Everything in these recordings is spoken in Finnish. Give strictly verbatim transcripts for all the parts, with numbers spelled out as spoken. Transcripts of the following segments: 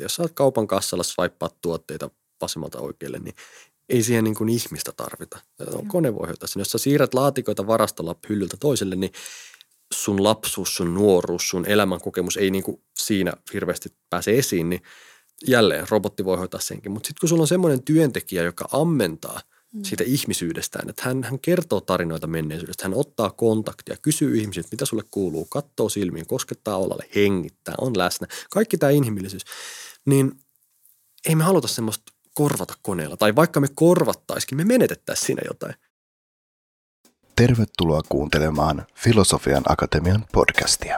robotti. Jos sä oot kaupan kassalla swipeaat tuotteita vasemmalta oikealle, niin ei siihen niin kuin ihmistä tarvita. Kone voi hoitaa sen. Jos sä siirrät laatikoita varastolla hyllyltä toiselle, niin sun lapsuus, sun nuoruus, sun elämänkokemus ei niin kuin siinä hirveästi pääse esiin, niin jälleen robotti voi hoitaa senkin. Mutta sitten kun sulla on semmoinen työntekijä, joka ammentaa mm. siitä ihmisyydestään, että hän, hän kertoo tarinoita menneisyydestä, hän ottaa kontaktia, kysyy ihmisiltä, mitä sulle kuuluu, katsoo silmiin, koskettaa olalle, hengittää, on läsnä. Kaikki tämä inhimillisyys. Niin ei me haluta semmoista korvata koneella. Tai vaikka me korvattaisikin, me menetettäisiin siinä jotain. Tervetuloa kuuntelemaan Filosofian Akatemian podcastia.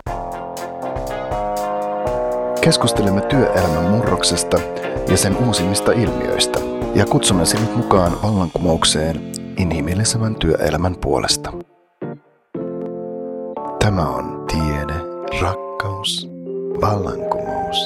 Keskustelemme työelämän murroksesta ja sen uusimmista ilmiöistä ja kutsumme sinut mukaan vallankumoukseen inhimillisemmän työelämän puolesta. Tämä on tiede, rakkaus, vallankumous.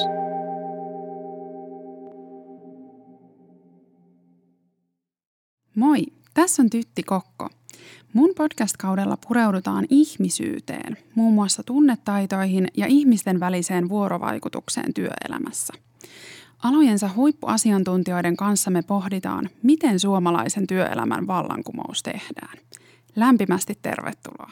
Moi, tässä on Tytti Kokko. Mun podcast-kaudella pureudutaan ihmisyyteen, muun muassa tunnetaitoihin ja ihmisten väliseen vuorovaikutukseen työelämässä. Alojensa huippuasiantuntijoiden kanssa me pohditaan, miten suomalaisen työelämän vallankumous tehdään. Lämpimästi tervetuloa.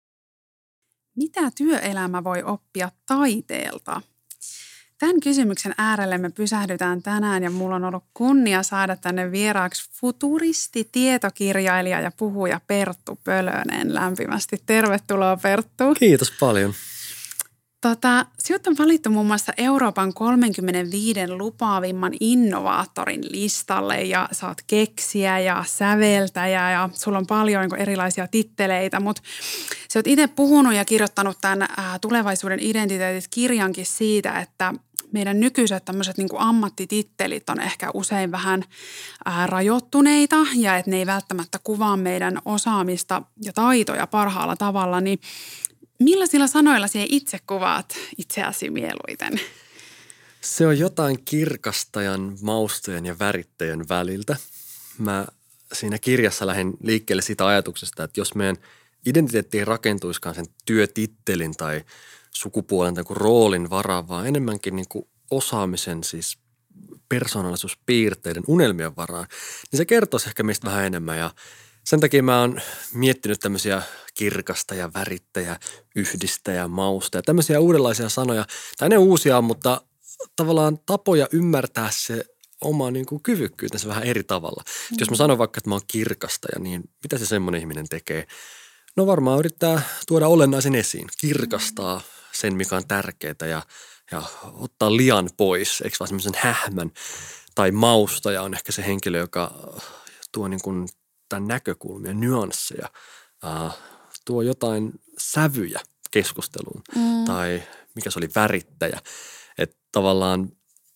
Mitä työelämä voi oppia taiteelta? Tämän kysymyksen äärelle me pysähdytään tänään ja mulla on ollut kunnia saada tänne vieraaksi futuristi, tietokirjailija ja puhuja Perttu Pölönen. Lämpimästi tervetuloa, Perttu. Kiitos paljon. Tota, sinut on valittu muun muassa Euroopan kolmekymmentäviisi lupaavimman innovaattorin listalle ja sä oot keksijä ja säveltäjä ja sulla on paljon niin kuin erilaisia titteleitä, mutta sä oot itse puhunut ja kirjoittanut tämän ää, tulevaisuuden identiteetit kirjankin siitä, että meidän nykyiset tämmöiset niin kuin ammattitittelit on ehkä usein vähän ää, rajoittuneita ja että ne ei välttämättä kuvaa meidän osaamista ja taitoja parhaalla tavalla, niin millaisilla sanoilla sinä itse kuvaat itseäsi mieluiten? Se on jotain kirkastajan, maustajan ja värittäjän väliltä. Mä siinä kirjassa lähden liikkeelle siitä ajatuksesta, että jos meidän identiteetti ei rakentuiskaan sen työtittelin tai sukupuolen tai roolin varaan, vaan enemmänkin niin kuin osaamisen, siis persoonallisuuspiirteiden, unelmien varaan, niin se kertoisi ehkä meistä vähän enemmän. Ja sen takia mä oon miettinyt tämmöisiä kirkastaja, värittäjä, yhdistäjä, maustaja, tämmöisiä uudenlaisia sanoja. Tai ne uusia on, mutta tavallaan tapoja ymmärtää se oma niin kuin kyvykkyytensä vähän eri tavalla. Mm. Jos mä sanon vaikka, että mä oon kirkastaja, niin mitä se semmoinen ihminen tekee? No varmaan yrittää tuoda olennaisen esiin, kirkastaa sen, mikä on tärkeää ja, ja ottaa lian pois, eikö vaan semmoisen hähmän. Tai maustaja on ehkä se henkilö, joka tuo niin kuin tämän näkökulmia, nyansseja, uh, tuo jotain sävyjä keskusteluun mm. tai mikä se oli, värittäjä. Että tavallaan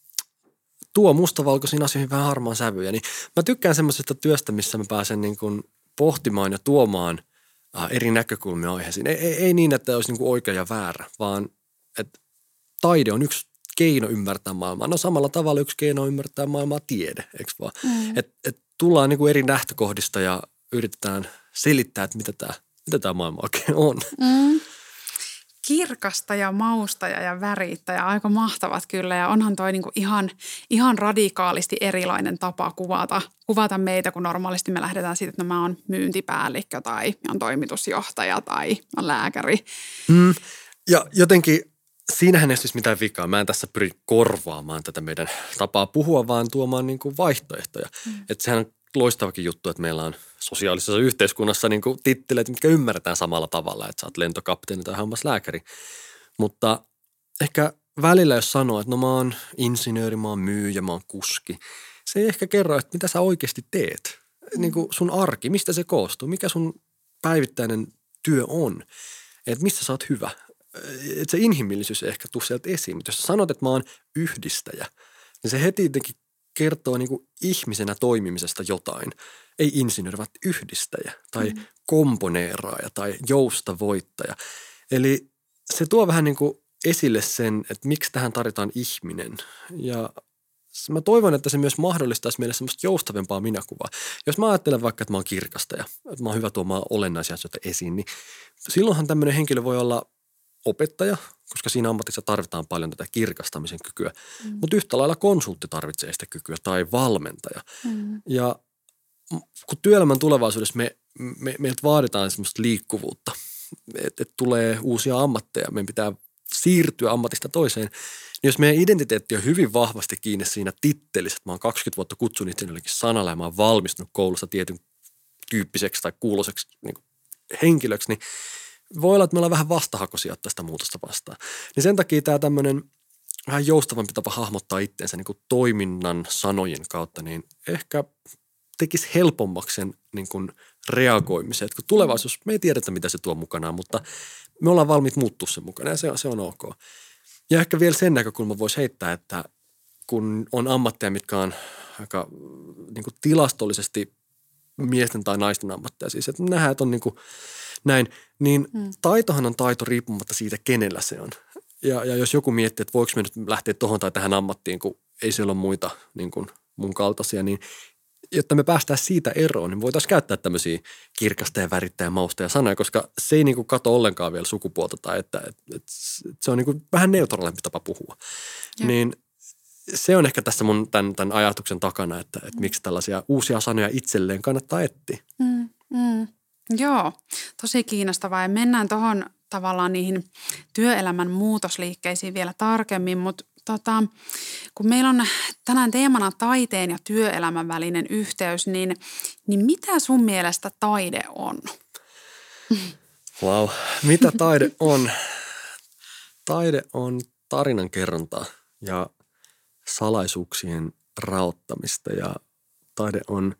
tuo mustavalkoisiin asioihin vähän harmaan sävyjä. Niin mä tykkään semmoisesta työstä, missä mä pääsen niin kuin pohtimaan ja tuomaan uh, eri näkökulmia aiheisiin. Ei, ei, ei niin, että olisi niin kuin oikea ja väärä, vaan että taide on yksi keino ymmärtää maailmaa. No samalla tavalla yksi keino ymmärtää maailmaa tiede, eikö vaan? Mm. Että et tullaan niin kuin eri lähtökohdista ja yritetään selittää, että mitä tämä, mitä tämä maailma oikein on. Mm. Kirkastaja, maustaja ja värittäjä, aika mahtavat kyllä. Ja onhan toi niinku ihan, ihan radikaalisti erilainen tapa kuvata, kuvata meitä, kun normaalisti me lähdetään siitä, että no mä oon myyntipäällikkö tai mä oon toimitusjohtaja tai mä oon lääkäri. Mm. Ja jotenkin siinähän ei siis mitään vikaa. Mä en tässä pyri korvaamaan tätä meidän tapaa puhua, vaan tuomaan niin kuin vaihtoehtoja. Mm. Että sehän on loistavakin juttu, että meillä on sosiaalisessa yhteiskunnassa niin kuin titteleet, mitkä ymmärretään samalla tavalla, että sä oot lentokapteeni tai hammaslääkäri. Mutta ehkä välillä jos sanoo, että no mä oon insinööri, mä oon myyjä, mä oon kuski, se ei ehkä kerro, että mitä sä oikeasti teet. Mm. Niin kuin sun arki, mistä se koostuu, mikä sun päivittäinen työ on, että missä sä oot hyvä. Että se inhimillisyys ei ehkä tule sieltä esiin, mutta jos sä sanot, että mä oon yhdistäjä, niin se heti jotenkin kertoo niin kuin ihmisenä toimimisesta jotain. Ei insinööri, vaan yhdistäjä tai mm. komponeeraaja tai joustavoittaja. Eli se tuo vähän niin kuin esille sen, että miksi tähän tarvitaan ihminen. Ja mä toivon, että se myös mahdollistaisi meille semmoista joustavempaa minäkuvaa. Jos mä ajattelen vaikka, että mä oon kirkastaja, että mä oon hyvä tuomaan olennaisia asioita esiin, niin silloinhan tämmöinen henkilö voi olla opettaja, koska siinä ammatissa tarvitaan paljon tätä kirkastamisen kykyä, mm. mutta yhtä lailla konsultti tarvitsee sitä kykyä tai valmentaja. Mm. Ja kun työelämän tulevaisuudessa me, me, meiltä vaaditaan semmoista liikkuvuutta, että et tulee uusia ammatteja, meidän pitää siirtyä ammatista toiseen, niin jos meidän identiteetti on hyvin vahvasti kiinni siinä tittelissä, että mä oon kaksikymmentä vuotta kutsun itse jollekin sanalla ja mä oon valmistunut koulussa tietyn tyyppiseksi tai kuuloiseksi niin kuin henkilöksi, niin voi olla, että me ollaan vähän vastahakoisia tästä muutosta vastaan. Niin sen takia tämä tämmöinen vähän joustavampi tapa hahmottaa itseensä niin kuin toiminnan sanojen kautta, niin ehkä tekisi helpommaksi sen niin kuin reagoimisen. Että kun tulevaisuus, me ei tiedetä, mitä se tuo mukanaan, mutta me ollaan valmiit muuttua sen mukana ja se, se on ok. Ja ehkä vielä sen näkökulma voisi heittää, että kun on ammatteja, mitkä on aika niin kuin tilastollisesti miesten tai naisten ammatteja, siis että nähdään, että on niin kuin näin, niin hmm. taitohan on taito riippumatta siitä, kenellä se on. Ja, ja jos joku miettii, että voiko me nyt lähteä tuohon tai tähän ammattiin, kun ei siellä ole muita niin kuin mun kaltaisia, niin jotta me päästään siitä eroon, niin voitaisiin käyttää tämmöisiä kirkasta ja värittää ja mausta ja sanoja, koska se ei niin kuin kato ollenkaan vielä sukupuolta tai että, että, että se on niin kuin vähän neutraalimpi tapa puhua. Ja. Niin se on ehkä tässä mun tämän, tämän ajatuksen takana, että, että miksi tällaisia uusia sanoja itselleen kannattaa etsiä. Mm, mm. Joo, tosi kiinnostavaa ja mennään tuohon tavallaan niihin työelämän muutosliikkeisiin vielä tarkemmin, mutta tota, kun meillä on tänään teemana taiteen ja työelämän välinen yhteys, niin, niin mitä sun mielestä taide on? Wow, mitä taide on? Taide on tarinankerrontaa ja salaisuuksien raottamista ja taide on,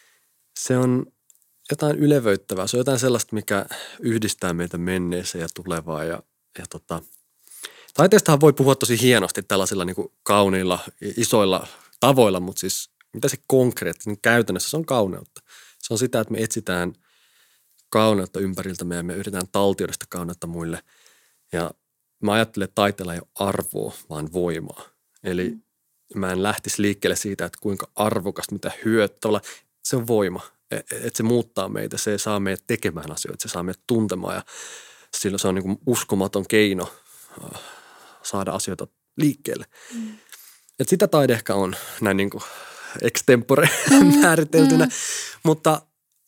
se on jotain ylevöittävää. Se on jotain sellaista, mikä yhdistää meitä menneeseen ja tulevaa ja, ja tota, taiteestahan voi puhua tosi hienosti tällaisilla niin kuin kauniilla, isoilla tavoilla, mutta siis mitä se konkreettisesti käytännössä, se on kauneutta. Se on sitä, että me etsitään kauneutta ympäriltämme ja me yritetään taltioida sitä kauneutta muille. Ja mä ajattelen, että taiteella ei ole arvoa, vaan voimaa. Eli mm. mä en lähtisi liikkeelle siitä, että kuinka arvokasta, mitä hyötyä. Se on voima, että se muuttaa meitä, se saa meidät tekemään asioita, se saa meidät tuntemaan ja silloin se on niin kuin uskomaton keino saada asioita liikkeelle. Mm. Et sitä taide ehkä on näin niin kuin extempore mm. määriteltynä, mm. mutta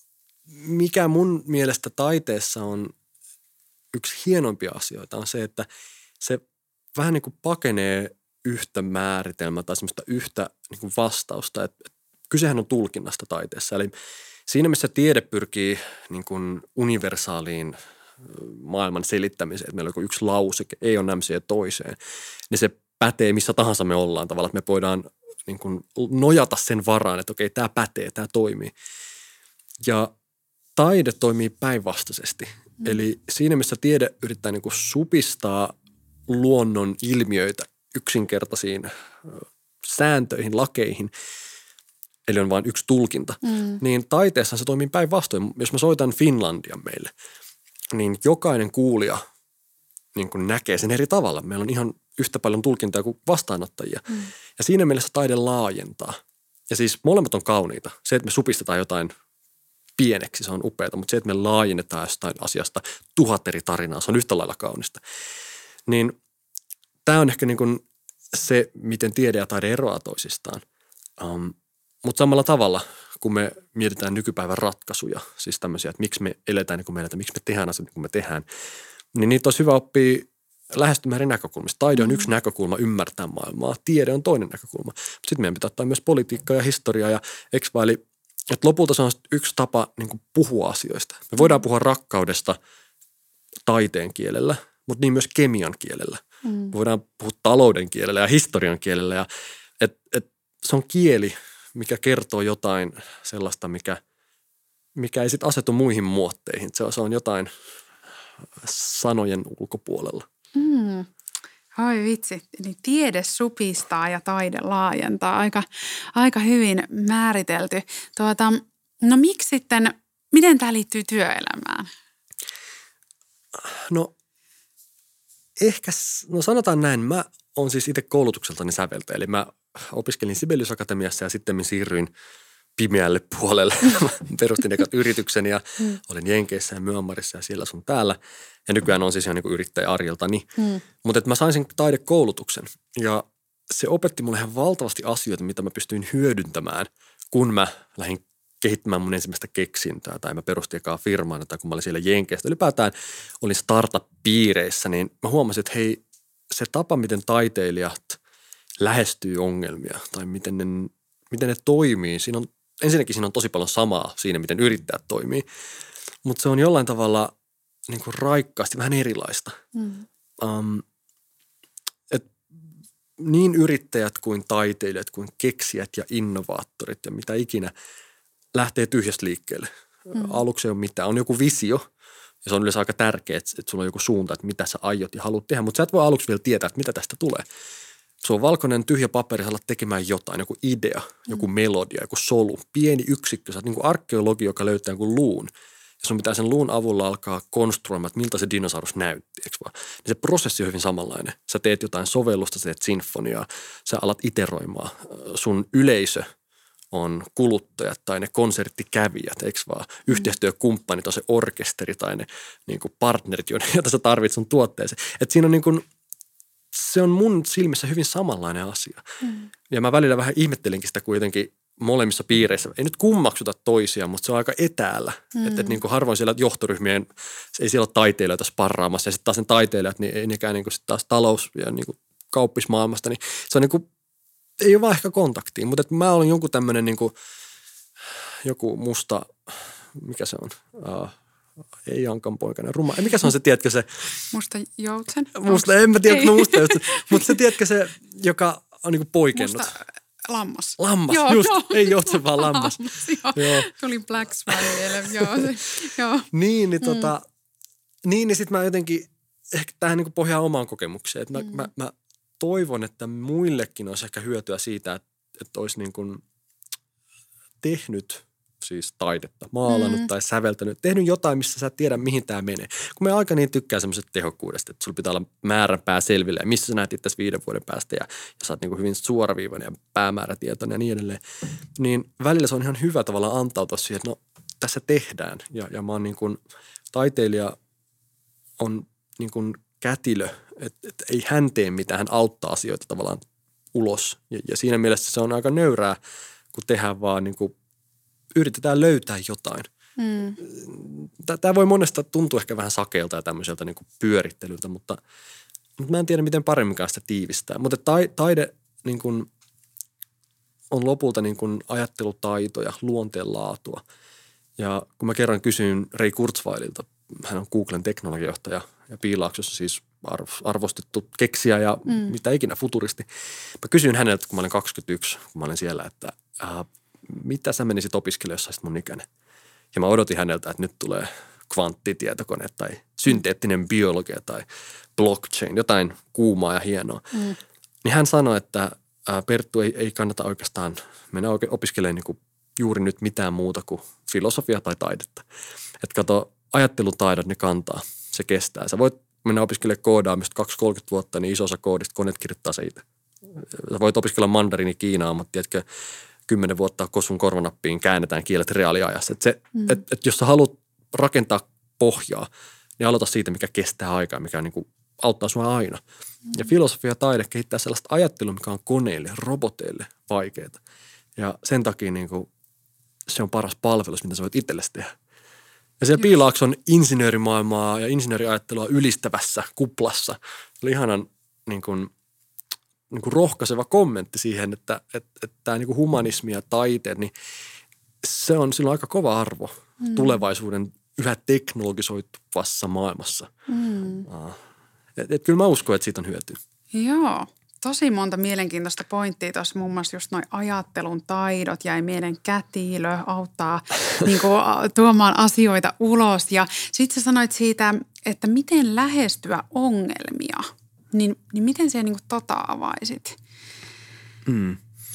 mikä mun mielestä taiteessa on yksi hienoimpia asioita on se, että se vähän niin kuin pakenee yhtä määritelmää tai semmoista yhtä niin kuin vastausta. Et kysehän on tulkinnasta taiteessa, eli siinä missä tiede pyrkii niin kuin universaaliin maailman selittämiseen, että meillä on joku yksi lauseke, ei ole nämmöisiä toiseen, niin se pätee missä tahansa me ollaan tavallaan, että me voidaan niin kuin nojata sen varaan, että okei, tämä pätee, tämä toimii. Ja taide toimii päinvastaisesti. Mm. Eli siinä missä tiede yrittää niin kuin supistaa luonnon ilmiöitä yksinkertaisiin sääntöihin, lakeihin, eli on vain yksi tulkinta, mm. niin taiteessa se toimii päinvastoin. Jos mä soitan Finlandia meille, niin jokainen kuulija niin kuin näkee sen eri tavalla. Meillä on ihan yhtä paljon tulkintaa kuin vastaanottajia. Mm. Ja siinä mielessä taide laajentaa. Ja siis molemmat on kauniita. Se, että me supistetaan jotain pieneksi, se on upeata, mutta se, että me laajennetaan jostain asiasta tuhat eri tarinaa, se on yhtä lailla kaunista. Niin tämä on ehkä niin kuin se, miten tiede ja taide eroaa toisistaan. Um, mutta samalla tavalla, kun me mietitään nykypäivän ratkaisuja, siis tämmöisiä, että miksi me eletään niin kuin me eletään, miksi me tehdään asioita niin kuin me tehdään, niin niitä olisi hyvä oppia lähestymään eri näkökulmista. Taide on yksi näkökulma ymmärtää maailmaa, tiede on toinen näkökulma. Sitten meidän pitää ottaa myös politiikkaa ja historiaa ja ekspa, eli että lopulta se on yksi tapa niin kuin puhua asioista. Me voidaan puhua rakkaudesta taiteen kielellä, mutta niin myös kemian kielellä. Mm. Me voidaan puhua talouden kielellä ja historian kielellä. Ja et, et, se on kieli, mikä kertoo jotain sellaista, mikä, mikä ei sitten asetu muihin muotteihin. Se on, se on jotain sanojen ulkopuolella. Mm. Oi vitsi, eli tiede supistaa ja taide laajentaa. Aika, aika hyvin määritelty. Tuota, no miksi sitten, miten tämä liittyy työelämään? No ehkä, no sanotaan näin, mä oon siis itse koulutukseltani säveltäjä. Eli mä opiskelin Sibelius Akatemiassa ja sitten siirryin pimeälle puolelle. Perustin ekat yrityksen ja mm. olin Jenkeissä ja Myanmarissa ja siellä sun täällä. Ja nykyään on siis ihan niin kuin yrittäjä arjeltani. Mm. Mutta mä sain sen taidekoulutuksen ja se opetti mulle ihan valtavasti asioita, mitä mä pystyin hyödyntämään, kun mä lähdin kehittämään mun ensimmäistä keksintää tai mä perustin ekaa firmaa tai kun mä olin siellä Jenkeistä. Ylipäätään olin startup-piireissä, niin mä huomasin, että hei, se tapa, miten taiteilijat lähestyy ongelmia tai miten ne, miten ne toimii, siinä on, ensinnäkin siinä on tosi paljon samaa siinä, miten yrittäjät toimii, mutta se on jollain tavalla niin kuin raikkaasti vähän erilaista. Mm. Um, et niin yrittäjät kuin taiteilijat kuin keksijät ja innovaattorit ja mitä ikinä lähtee tyhjästä liikkeelle. Mm. Aluksi ei ole mitään. On joku visio ja se on yleensä aika tärkeää, että, että sulla on joku suunta, että mitä sä aiot ja haluat tehdä, mutta sä et voi aluksi vielä tietää, että mitä tästä tulee. Se on valkoinen tyhjä paperi, sä alat tekemään jotain, joku idea, joku mm. melodia, joku solu, pieni yksikkö. Sä oot niin kuin arkeologi, joka löytää jonkun luun. Ja sun pitää sen luun avulla alkaa konstruoimaan, että miltä se dinosaurus näytti, eikö vaan? Niin se prosessi on hyvin samanlainen. Sä teet jotain sovellusta, sä teet sinfoniaa, sä alat iteroimaan. Sun yleisö on kuluttajat tai ne konserttikävijät, eikö vaan? Yhteistyökumppanit on se orkesteri tai ne niin kuin partnerit, joita sä tarvitset sun tuotteeseen. Että siinä on niin kuin, se on mun silmissä hyvin samanlainen asia. Mm. Ja mä välillä vähän ihmettelinkin sitä kuitenkin molemmissa piireissä. Ei nyt kummaksuta toisia, mutta se on aika etäällä. Mm. Että et niin kuin harvoin siellä johtoryhmien, ei siellä ole taiteilijoita sparraamassa. Ja sitten taas ne taiteilijat, niin ei nekään niin kuin sit taas talous- ja niin kuin kauppismaailmasta. Niin se on niin kuin, ei ole vaan ehkä kontaktiin. Mutta että mä olen jonkun tämmöinen niin kuin, joku musta, mikä se on? Uh, ei Jankan poikainen, ruma. Mikä se on se, tiedätkö se? Musta joutsen. Musta, en mä tiedä, kun mä musta joutsen. Mutta se, tiedätkö se, joka on niin kuin poikennut. Musta lammas. Lammas, joo, just. Joo, ei joutsen, vaan lammas. lammas joo. joo. Tuli Black Swan vielä, joo. Se, joo. Niin, niin, tota, mm. niin, niin sit mä jotenkin, ehkä tähän niin kuin pohjaa omaan kokemukseen. Että mä, mm. mä, mä toivon, että muillekin olisi ehkä hyötyä siitä, että, että olisi niin kuin tehnyt siis taidetta, maalannut mm. tai säveltänyt, tehnyt jotain, missä sä et tiedä, mihin tämä menee. Kun me aika niin tykkää semmoisesta tehokkuudesta, että sulla pitää olla määränpää selville ja missä sä näet itse viiden vuoden päästä ja, ja sä oot niin kuin hyvin suoraviivainen ja päämäärätietoinen ja niin edelleen, niin välillä se on ihan hyvä tavallaan antautua siihen, että no tässä tehdään ja, ja mä oon niin kuin, taiteilija on niin kuin kätilö, että, että ei hän tee mitään, hän auttaa asioita tavallaan ulos ja, ja siinä mielessä se on aika nöyrää, kun tehdään vaan niin kuin yritetään löytää jotain. Mm. Tämä voi monesta tuntua ehkä vähän sakeelta ja tämmöiseltä niin kuin pyörittelyltä, mutta, mutta mä en tiedä, miten paremminkaan sitä tiivistää. Mutta taide niin kuin, on lopulta niin kuin ajattelutaito ja luonteenlaatua. Ja kun mä kerran kysyin Ray Kurzweililta, hän on Googlen teknologiajohtaja ja Piilaaksossa siis arvostettu keksijä ja mm. mitä ikinä futuristi. Mä kysyin häneltä, kun mä olin kaksikymmentäyksi, kun mä olin siellä, että äh, mitä sä menisit opiskelemaan, jos saisit mun ikäinen? Ja mä odotin häneltä, että nyt tulee kvanttitietokone tai synteettinen biologia tai blockchain, jotain kuumaa ja hienoa. Mm. Niin hän sanoi, että ää, Perttu ei, ei kannata oikeastaan mennä oikein opiskelemaan niin kuin juuri nyt mitään muuta kuin filosofia tai taidetta. Että kato, ajattelutaidot ne kantaa, se kestää. Sä voit mennä opiskelemaan koodaamista kaksi kolmekymmentä vuotta, niin iso osa koodista koneet kirjoittaa se itse. Sä voit opiskella mandarini Kiinaa, mutta tiedätkö, kymmenen vuotta kosun korvanappiin käännetään kielet reaaliajassa. Että se, mm. et, et jos sä haluat rakentaa pohjaa, niin aloita siitä, mikä kestää aikaa, mikä niin kuin auttaa sua aina. Mm. Ja filosofia ja taide kehittää sellaista ajattelua, mikä on koneille, roboteille vaikeaa. Ja sen takia niin kuin, se on paras palvelus, mitä sä voit itsellesi tehdä. Ja siellä Piilaakson insinöörimaailmaa ja insinööriajattelua ylistävässä kuplassa oli ihanan niin kuin, niin kuin rohkaiseva kommentti siihen, että, että, että tämä niin kuin humanismi ja taiteet, niin se on silloin aika kova arvo mm. tulevaisuuden yhä teknologisoituvassa maailmassa. Mm. Uh, et, et kyllä mä uskon, että siitä on hyötyä. Joo, tosi monta mielenkiintoista pointtia tuossa, muun muassa just noi ajattelun taidot, jäi mieleen kätilö, auttaa niin kuin, tuomaan asioita ulos. Ja sitten sä sanoit siitä, että miten lähestyä ongelmia. Niin, niin miten se niin kuin tota avaisit? Mm.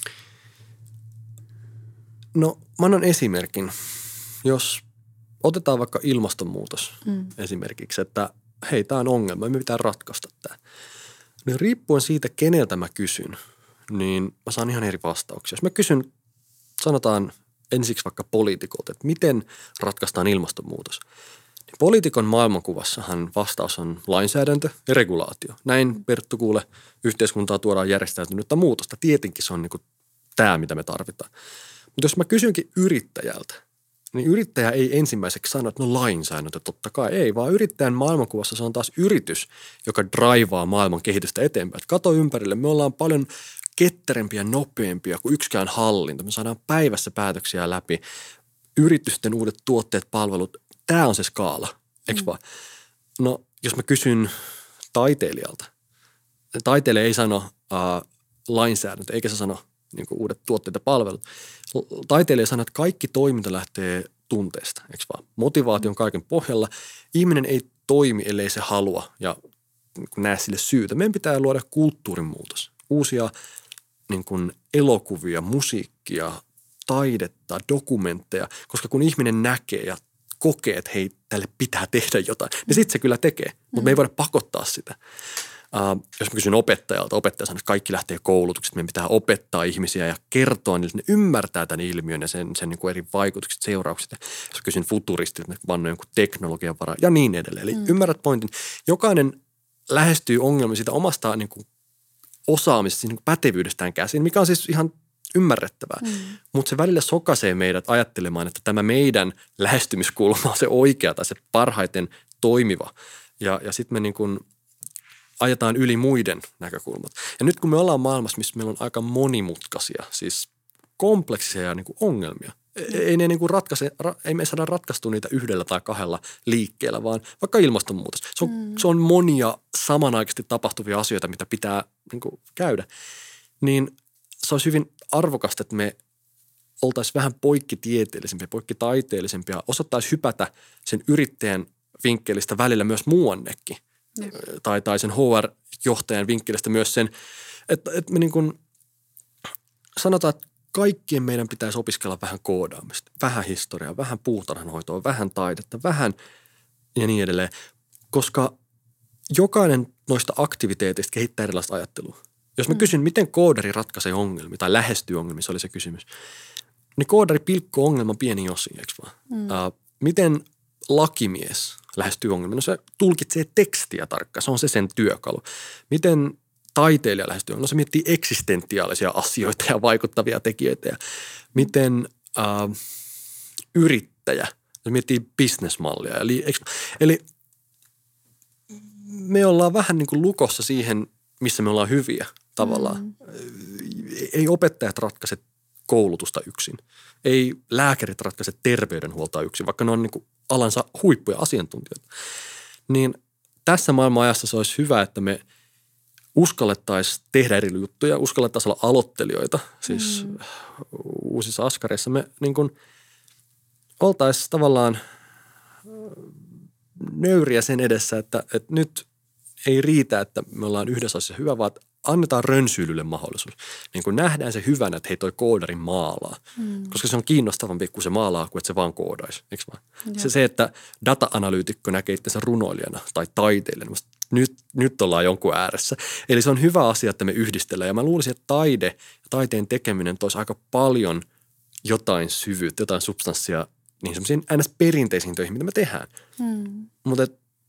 No mä annan esimerkin. Jos otetaan vaikka ilmastonmuutos mm. esimerkiksi, että hei, tämä on ongelma, me pitää ratkaista tämä. Niin riippuen siitä, keneltä mä kysyn, niin mä saan ihan eri vastauksia. Jos mä kysyn, sanotaan ensiksi vaikka poliitikolta, että miten ratkaistaan ilmastonmuutos. Niin poliitikon maailmankuvassahan vastaus on lainsäädäntö ja regulaatio. Näin, Perttu, kuule, yhteiskuntaa tuodaan järjestäytynyttä muutosta. Tietenkin se on niin kuin tämä, mitä me tarvitaan. Mutta jos mä kysynkin yrittäjältä, niin yrittäjä ei ensimmäiseksi sano, että no lainsäädäntö totta kai ei, vaan yrittäjän maailmankuvassa se on taas yritys, joka draivaa maailman kehitystä eteenpäin. Et kato ympärille, me ollaan paljon ketterempiä, nopeampia kuin yksikään hallinto. Me saadaan päivässä päätöksiä läpi, yritysten uudet tuotteet, palvelut, tämä on se skaala, eikö mm. vaan? No jos mä kysyn taiteilijalta, taiteilija ei sano äh, lainsäädäntö, eikä se sano niin kuin uudet tuotteet ja palvelut. Taiteilija sanoo, että kaikki toiminta lähtee tunteesta, eikö vaan? Motivaatio on kaiken pohjalla. Ihminen ei toimi, ellei se halua ja näe sille syytä. Meidän pitää luoda kulttuurin muutos. Uusia niin kuin elokuvia, musiikkia, taidetta, dokumentteja, koska kun ihminen näkee ja kokee, että hei, tälle pitää tehdä jotain, niin sitten se kyllä tekee, mutta me ei voida pakottaa sitä. Uh, jos mä kysyn opettajalta, opettaja sanoo, että kaikki lähtee koulutuksesta, meidän pitää opettaa ihmisiä ja kertoa niille, että ne ymmärtää tämän ilmiön ja sen, sen niin kuin eri vaikutukset, seuraukset. Ja jos kysyn futuristilta, että vannoo jonkun teknologian varaa ja niin edelleen. Eli mm. ymmärrät pointin. Jokainen lähestyy ongelmia siitä omasta niin kuin osaamisesta, niin kuin pätevyydestään käsin, mikä on siis ihan ymmärrettävää. Mm. Mutta se välillä sokaisee meidät ajattelemaan, että tämä meidän lähestymiskulma on se oikea tai se parhaiten toimiva. Ja, ja sitten me niin kuin ajetaan yli muiden näkökulmat. Ja nyt kun me ollaan maailmassa, missä meillä on aika monimutkaisia, siis kompleksisia niin kuin ongelmia, ei, ne niin kuin ratkaise, ei me saada ratkaistua niitä yhdellä tai kahdella liikkeellä, vaan vaikka ilmastonmuutos. Se on, mm. se on monia samanaikaisesti tapahtuvia asioita, mitä pitää niin kuin käydä. Niin se olisi hyvin arvokasta, että me oltaisiin vähän poikkitieteellisempiä, poikkitaiteellisempia, osattaisiin hypätä sen yrittäjän vinkkelistä välillä myös muuannekin. Ja. Tai, tai sen H R-johtajan vinkkelistä myös sen, että, että me niin kuin sanotaan, että kaikkien meidän pitäisi opiskella vähän koodaamista, vähän historiaa, vähän puutarhanhoitoa, vähän taidetta, vähän ja niin edelleen, koska jokainen noista aktiviteeteista kehittää erilaista ajattelua. Jos mä kysyn, miten koodari ratkaisee ongelmia tai lähestyy ongelmia, se oli se kysymys, niin koodari pilkkoo ongelman pieniin osiin, eikö vaan? Mm. Uh, miten lakimies lähestyy ongelmia? No se tulkitsee tekstiä tarkkaan, se on se sen työkalu. Miten taiteilija lähestyy? No se miettii eksistentiaalisia asioita ja vaikuttavia tekijöitä. Ja miten uh, yrittäjä, se miettii bisnesmallia. Eli, eli me ollaan vähän niin kuin lukossa siihen, missä me ollaan hyviä tavallaan. Mm. Ei opettajat ratkaise koulutusta yksin. Ei lääkärit ratkaise terveydenhuoltoa yksin, vaikka ne on niin kuin alansa huippuja asiantuntijoita. Niin tässä maailman ajassa se olisi hyvä, että me uskallettaisiin tehdä eri juttuja, uskallettaisiin olla aloittelijoita, siis mm. uusissa askareissa. Me niin kuin oltaisiin tavallaan nöyriä sen edessä, että, että nyt ei riitä, että me ollaan yhdessä asiassa hyvä, vaan annetaan rönsyilylle mahdollisuus. Niin kuin nähdään se hyvänä, että hei toi koodari maalaa. Mm. Koska se on kiinnostavampi, kun se maalaa, kuin että se vaan koodaisi. Eikö vaan? Se, se, että data-analyytikko näkee itsensä runoilijana tai taiteilijana. Nyt, nyt ollaan jonkun ääressä. Eli se on hyvä asia, että me yhdistellään. Ja mä luulisin, että taide ja taiteen tekeminen toisi aika paljon jotain syvyyttä, jotain substanssia niin semmoisiin ns. Perinteisiin töihin, mitä me tehdään. Mm. Mutta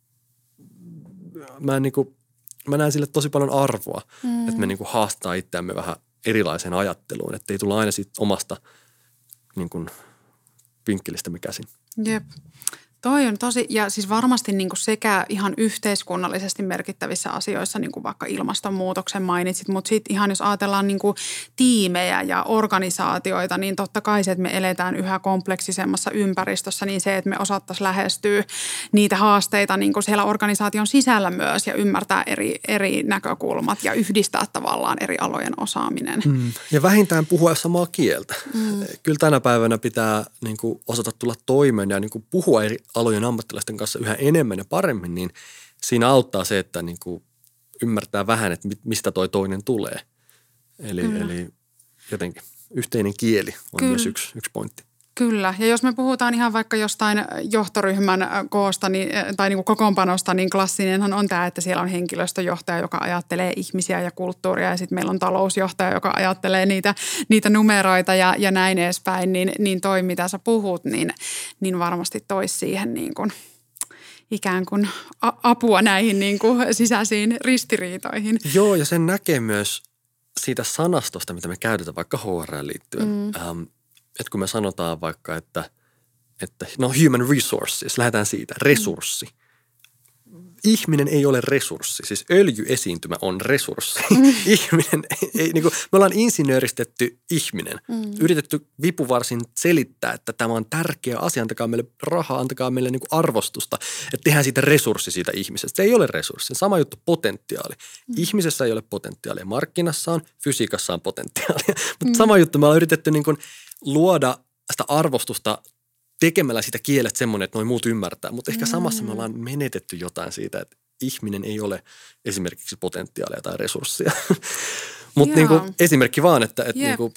mä, niinku, mä näen sille tosi paljon arvoa, mm. että me niinku haastaa itseämme vähän erilaiseen ajatteluun, että ei tulla aina siitä omasta niinku, vinkkelistämme käsin. Jep. Toi on tosi, ja siis varmasti niin kuin sekä ihan yhteiskunnallisesti merkittävissä asioissa, niin kuin vaikka ilmastonmuutoksen mainitsit, mutta sitten ihan jos ajatellaan niin kuin tiimejä ja organisaatioita, niin totta kai se, että me eletään yhä kompleksisemmassa ympäristössä, niin se, että me osattaisiin lähestyä niitä haasteita niin kuin siellä organisaation sisällä myös ja ymmärtää eri, eri näkökulmat ja yhdistää tavallaan eri alojen osaaminen. Mm. Ja vähintään puhua samaa kieltä. Mm. Kyllä tänä päivänä pitää niin kuin osata tulla toimeen ja niin kuin puhua eri alojen ammattilaisten kanssa yhä enemmän ja paremmin, niin siinä auttaa se, että niin kuin ymmärtää vähän, että mistä toi toinen tulee. Eli, eli jotenkin yhteinen kieli on Kyllä. myös yksi, yksi pointti. Kyllä, ja jos me puhutaan ihan vaikka jostain johtoryhmän koosta niin, tai niin kuin kokoonpanosta, niin klassinenhan on tämä, että siellä on henkilöstöjohtaja, joka ajattelee ihmisiä ja kulttuuria, ja sitten meillä on talousjohtaja, joka ajattelee niitä, niitä numeroita ja, ja näin edespäin, niin, niin toi, mitä sä puhut, niin, niin varmasti toisi siihen niin kuin ikään kuin apua näihin niin kuin sisäisiin ristiriitoihin. Joo, ja sen näkee myös siitä sanastosta, mitä me käytetään vaikka H R:ään liittyen. Mm. Ähm, että kun me sanotaan vaikka, että, että no human resources, lähdetään siitä, resurssi. Mm. Ihminen ei ole resurssi, siis öljyesiintymä on resurssi. Mm. Ihminen ei, ei niin kuin, me ollaan insinööristetty ihminen, mm. yritetty vipuvarsin selittää, että tämä on tärkeä asia, antakaa meille rahaa, antakaa meille niin kuin arvostusta, että tehdään siitä resurssi siitä ihmisestä. Se ei ole resurssi, sama juttu potentiaali. Mm. Ihmisessä ei ole potentiaalia, markkinassa on, fysiikassa on potentiaalia, mutta mm. sama juttu, me ollaan yritetty niin kuin luoda sitä arvostusta tekemällä sitä kielet semmoinen, että noin muut ymmärtää, mutta ehkä samassa me ollaan menetetty jotain siitä, että ihminen ei ole esimerkiksi potentiaalia tai resursseja. Mutta niinku, esimerkki vaan, että et niinku,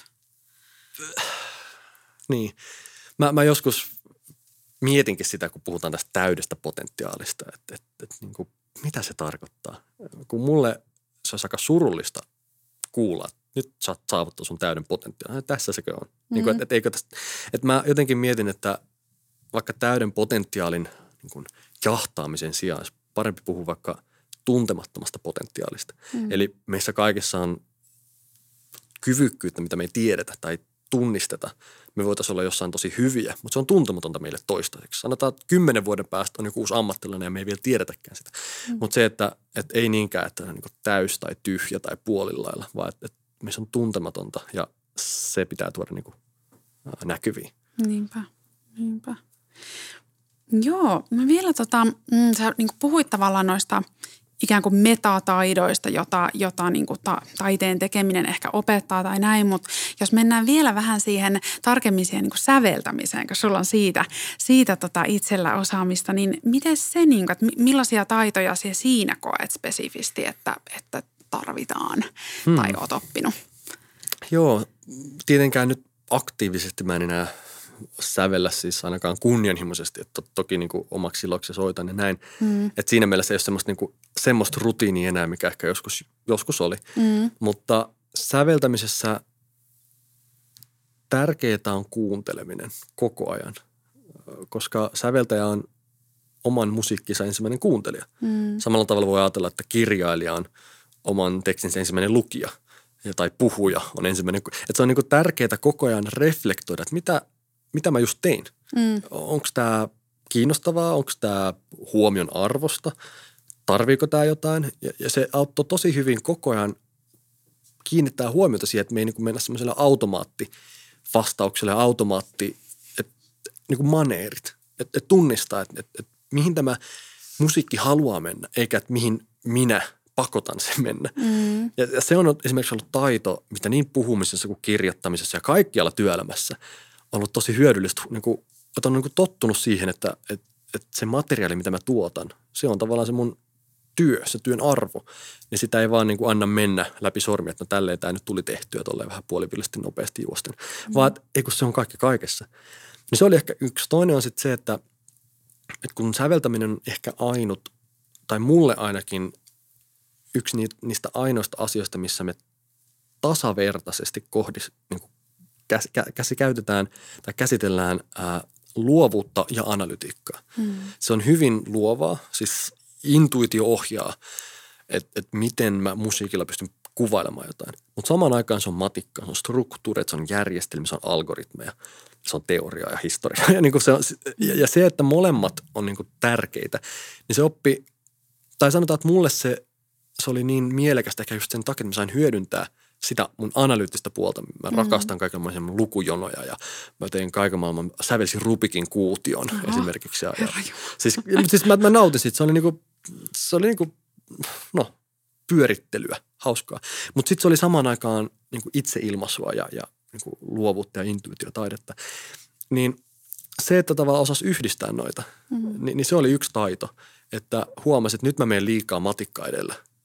niin. Mä, mä joskus mietinkin sitä, kun puhutaan tästä täydestä potentiaalista, että et, et, niinku, mitä se tarkoittaa. Kun mulle se on aika surullista kuulla, että nyt sä oot saavuttanut sun täyden potentiaalin. Tässä sekö on. Mm-hmm. Niin kuin, et, et, et, et mä jotenkin mietin, että vaikka täyden potentiaalin niin kuin jahtaamisen sijaan olisi parempi puhua vaikka tuntemattomasta potentiaalista. Mm. Eli meissä kaikessa on kyvykkyyttä, mitä me ei tiedetä tai tunnisteta. Me voitaisiin olla jossain tosi hyviä, mutta se on tuntematonta meille toistaiseksi. Sanotaan, että kymmenen vuoden päästä on joku uusi ammattilainen ja me ei vielä tiedetäkään sitä. Mm. Mutta se, että, että ei niinkään, että on niin kuin täys tai tyhjä tai puolillailla, vaan että, että meissä on tuntematonta ja se pitää tuoda niin kuin näkyviin. Niinpä, niinpä. Joo, mä vielä tota, mm, sä niin kuin puhuit tavallaan noista ikään kuin metataidoista, jota, jota niin kuin ta, taiteen tekeminen ehkä opettaa tai näin, mutta jos mennään vielä vähän siihen tarkemmin siihen niin kuin säveltämiseen, kun sulla on siitä, siitä tota itsellä osaamista, niin miten se, niin kuin, että millaisia taitoja sinä siinä koet spesifisti, että, että tarvitaan hmm. tai oot oppinut? Joo, tietenkään nyt aktiivisesti mä en enää sävellä siis ainakaan kunnianhimoisesti, että to, toki niin kuin omaksi iloksi soitan ja näin. Mm. Että siinä mielessä ei ole semmoista, niin kuin, semmoista rutiinia enää, mikä ehkä joskus, joskus oli. Mm. Mutta säveltämisessä tärkeää on kuunteleminen koko ajan, koska säveltäjä on oman musiikkinsa ensimmäinen kuuntelija. Mm. Samalla tavalla voi ajatella, että kirjailija on oman tekstinsä ensimmäinen lukija tai puhuja on ensimmäinen. Että se on niin kuin tärkeää koko ajan reflektoida, että mitä mitä mä just tein. Mm. Onko tämä kiinnostavaa, onko tämä huomion arvosta, tarviiko tämä jotain. Ja, ja se auttoi tosi hyvin koko ajan kiinnittää huomiota siihen, että me ei niin kuin mennä semmoiselle automaattivastaukselle, automaatti, että niin kuin maneerit. Että et tunnistaa, että et, et mihin tämä musiikki haluaa mennä, eikä että mihin minä pakotan sen mennä. Mm. Ja, ja se on esimerkiksi ollut taito, mitä niin puhumisessa kuin kirjoittamisessa ja kaikkialla työelämässä ollut tosi hyödyllistä. Niin kuin, että on niin kuin tottunut siihen, että, että, että se materiaali, mitä mä tuotan, se on tavallaan se mun työ, se työn arvo. Ja sitä ei vaan niin kuin anna mennä läpi sormia, että no tälleen tämä nyt tuli tehtyä tolleen vähän puolivillisesti nopeasti juosten. Mm. Vaan ei kun se on kaikki kaikessa. Niin se oli ehkä yksi. Toinen on sitten se, että, että kun säveltäminen on ehkä ainut, tai mulle ainakin yksi niistä ainoista asioista, missä me tasavertaisesti kohdis, niin kuin käs, käs, käytetään tai käsitellään ää, luovuutta ja analytiikkaa. Hmm. Se on hyvin luovaa, siis intuitio ohjaa, että et miten mä musiikilla pystyn kuvailemaan jotain. Mutta samaan aikaan se on matikka, se on struktuuri, se on järjestelmä, se on algoritmeja, se on teoriaa ja historiaa. Ja, niin se on, ja, ja se, että molemmat on niin kuin tärkeitä, niin se oppi, tai sanotaan, että mulle se, se oli niin mielekästä ehkä just sen takia, että mä sain hyödyntää sitä mun analyyttistä puolta. Mä mm. rakastan kaikenlaisia mun lukujonoja ja mä tein kaiken maailman, sävelsin Rubikin kuution Oho. esimerkiksi. Ja, ja, siis siis mä, mä nautin siitä, se oli niinku, se oli niinku, no, pyörittelyä, hauskaa. Mutta sitten se oli samaan aikaan niinku itseilmaisua ja, ja niinku luovuutta ja intuitiotaidetta. Niin se, että tavallaan osasi yhdistää noita, mm. niin, niin se oli yksi taito, että huomasin, että nyt mä menen liikaa matikka edellä.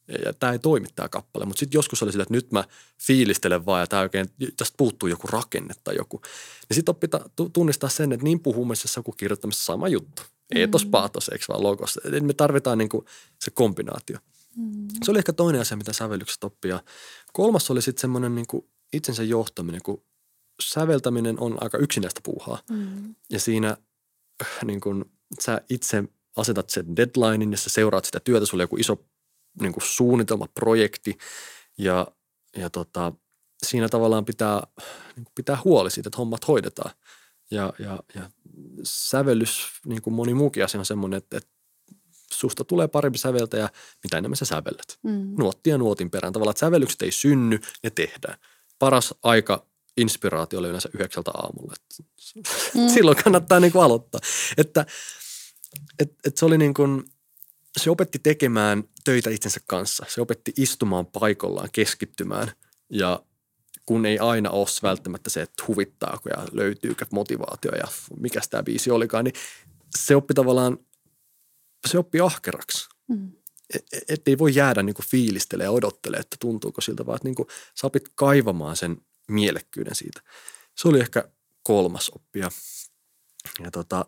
ja tämä ei toimi tämä kappale. Mutta sitten joskus oli sillä, että nyt mä fiilistelen vaan ja tämä oikein, tästä puuttuu joku rakenne tai joku. Niin sitten oppii tunnistaa sen, että niin puhumisessa kuin kirjoittamisessa sama juttu. Mm. Eetos, paatos, eikö vaan logos. Eli me tarvitaan niinku se kombinaatio. Mm. Se oli ehkä toinen asia, mitä sävellykset oppii. Ja kolmas oli sitten semmoinen niinku itsensä johtaminen, kun säveltäminen on aika yksinäistä puuhaa. Mm. Ja siinä niin kun sä itse asetat sen deadlinein ja sä seuraat sitä työtä, sulla on joku iso niin kuin suunnitelma, projekti ja, ja tota, siinä tavallaan pitää, niin kuin pitää huoli siitä, että hommat hoidetaan. Ja, ja, ja sävellys, niin kuin moni muukin asia on semmoinen, että, että susta tulee parempi säveltäjä, mitä enemmän sä sävellet. Mm. Nuottia nuotin perään. Tavallaan, että sävellykset ei synny, ne tehdään. Paras aika inspiraatio oli yleensä yhdeksältä aamulla. Mm. Silloin kannattaa niin kuin aloittaa. Että et, et se oli niin kuin, se opetti tekemään töitä itsensä kanssa. Se opetti istumaan paikallaan, keskittymään ja kun ei aina ole välttämättä se, että huvittaako ja löytyykö motivaatio ja mikä tämä biisi olikaan, niin se oppi tavallaan, se oppi ahkeraksi. Mm. Että ei voi jäädä niin kuin fiilistele ja odottele, että tuntuuko siltä, vaan että niin kuin sä opit kaivamaan sen mielekkyyden siitä. Se oli ehkä kolmas oppi. Ja, ja tota,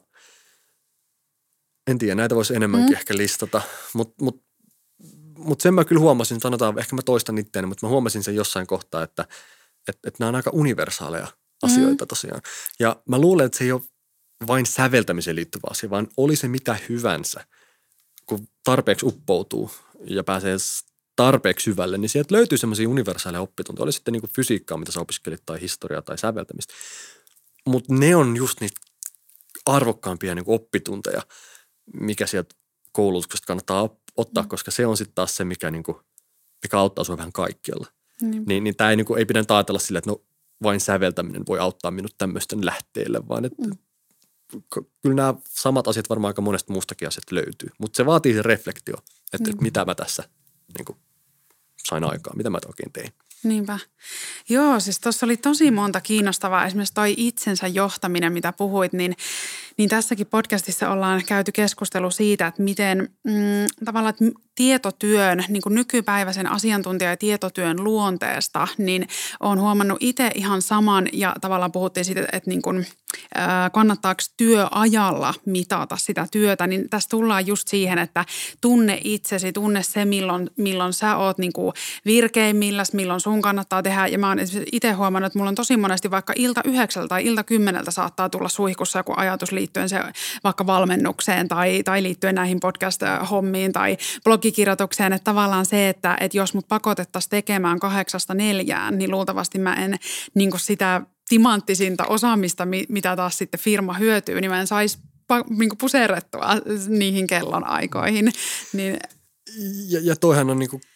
en tiedä, näitä voisi enemmänkin mm. ehkä listata, mutta mut, mut sen mä kyllä huomasin, sanotaan, ehkä mä toistan itseäni, mutta mä huomasin sen jossain kohtaa, että et, et nämä on aika universaaleja asioita mm. tosiaan. Ja mä luulen, että se ei ole vain säveltämiseen liittyvä asia, vaan oli se mitä hyvänsä, kun tarpeeksi uppoutuu ja pääsee tarpeeksi syvälle, niin sieltä löytyy semmoisia universaaleja oppituntoja. Oli sitten niin kuin fysiikkaa, mitä sä opiskelit, tai historiaa tai säveltämistä. Mutta ne on just niitä arvokkaampia niin kuin oppitunteja, mikä sieltä koulutuksesta kannattaa ottaa, mm. koska se on sitten taas se, mikä, niin kuin, mikä auttaa sua vähän kaikkialla. Mm. Niin, niin tämä ei, niin kuin, ei pidä ajatella sillä, että no vain säveltäminen voi auttaa minut tämmöisten lähteille, vaan että mm. kyllä nämä samat asiat varmaan aika monesta muustakin asiat löytyy. Mutta se vaatii se reflektio, että mm. mitä mä tässä niin kuin, sain aikaa, mitä mä oikein tein. Niinpä. Joo, siis tuossa oli tosi monta kiinnostavaa. Esimerkiksi toi itsensä johtaminen, mitä puhuit, niin, niin tässäkin podcastissa ollaan käyty keskustelu siitä, että miten mm, tavallaan että tietotyön, niin kuin nykypäiväisen asiantuntija- ja tietotyön luonteesta, niin olen huomannut itse ihan saman ja tavallaan puhuttiin siitä, että niin kuin, äh, kannattaako työajalla mitata sitä työtä, niin tässä tullaan just siihen, että tunne itsesi, tunne se, milloin, milloin sä oot niin kuin virkeimmilläs, milloin sun kannattaa tehdä. Ja mä oon itse huomannut, että mulla on tosi monesti vaikka ilta yhdeksältä tai ilta kymmeneltä saattaa tulla suihkussa joku ajatus liittyen se vaikka valmennukseen tai, tai liittyen näihin podcast-hommiin tai blogikirjoitukseen. Että tavallaan se, että, että jos mut pakotettaisiin tekemään kahdeksasta neljään, niin luultavasti mä en niin kuin sitä timanttisinta osaamista, mitä taas sitten firma hyötyy, niin mä en saisi niin kuin puserrettua niihin kellonaikoihin. Niin. Ja, ja toihan on niin kuin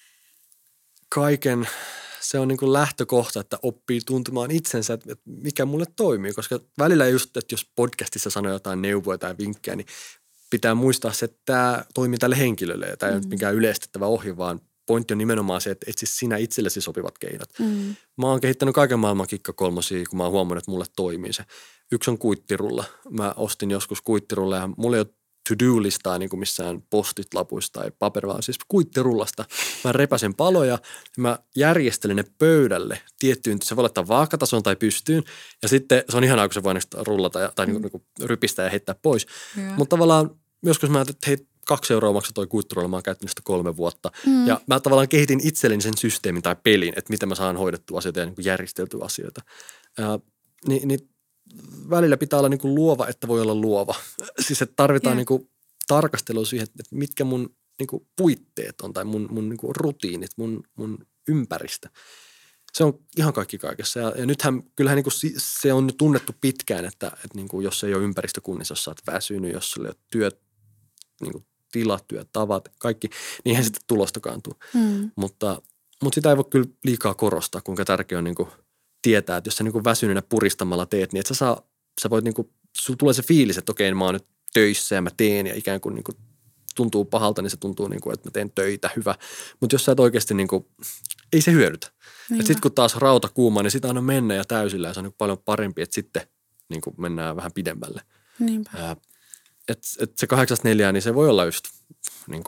kaiken, se on niin kuin lähtökohta, että oppii tuntemaan itsensä, että mikä mulle toimii. Koska välillä just, että jos podcastissa sanoo jotain neuvoja tai vinkkejä, niin pitää muistaa se, että tämä toimii tälle henkilölle. Ja tämä ei mm. ole mikään yleistettävä ohje, vaan pointti on nimenomaan se, että etsi sinä itsellesi sopivat keinot. Mm. Mä oon kehittänyt kaiken maailman kikkakolmosia, kun mä oon huomannut, että mulle toimii se. Yksi on kuittirulla. Mä ostin joskus kuittirulla ja mulla ei ole to-do-listaa niin kuin missään postit-lapuissa tai paperilla, siis kuittirullasta. Mä repäsen paloja ja mä järjestelen ne pöydälle tiettyyn, se voi laittaa vaakatason tai pystyyn ja sitten se on ihanaa, kun se voi rullata ja, tai mm. niin kuin rypistää ja heittää pois. Yeah. Mutta tavallaan joskus mä ajattelin, että hei, kaksi euroa maksaa toi kuittirulla, mä oon käyttänyt sitä kolme vuotta. Mm. Ja mä tavallaan kehitin itselleni sen systeemin tai pelin, että miten mä saan hoidettua asioita ja niin kuin järjesteltyä asioita. Ja, niin, niin välillä pitää olla niin kuin luova, että voi olla luova. Siis että tarvitaan yeah. niin kuin tarkastelua siihen, että mitkä mun niin kuin puitteet on tai mun, mun niin kuin rutiinit, mun, mun ympäristö. Se on ihan kaikki kaikessa. Ja, ja nythän kyllähän niin kuin se on tunnettu pitkään, että, että niin kuin jos ei ole ympäristökunnissa, jos sä oot väsynyt, jos sulla ei ole työt, niin kuin tilat, työtavat, kaikki, niin eihän sitten tulostakaan tule. Mm. Mutta, mutta sitä ei voi kyllä liikaa korostaa, kuinka tärkeää on niin kuin tietää, että jos sä niin kuin väsyneenä puristamalla teet, niin että sä, saa, sä voit niin kuin, sulla tulee se fiilis, että okei, mä oon nyt töissä ja mä teen ja ikään kuin, niin kuin tuntuu pahalta, niin se tuntuu niin kuin, että mä teen töitä, hyvä. Mutta jos sä et oikeasti niin kuin, ei se hyödytä. Että sitten kun taas rauta kuuma, niin sitä aina mennä ja täysillä ja se on niin paljon parempi, että sitten niin kuin mennään vähän pidemmälle. Niinpä. Ää, että et se kahdeksasta neljään, niin se voi olla just niin kuin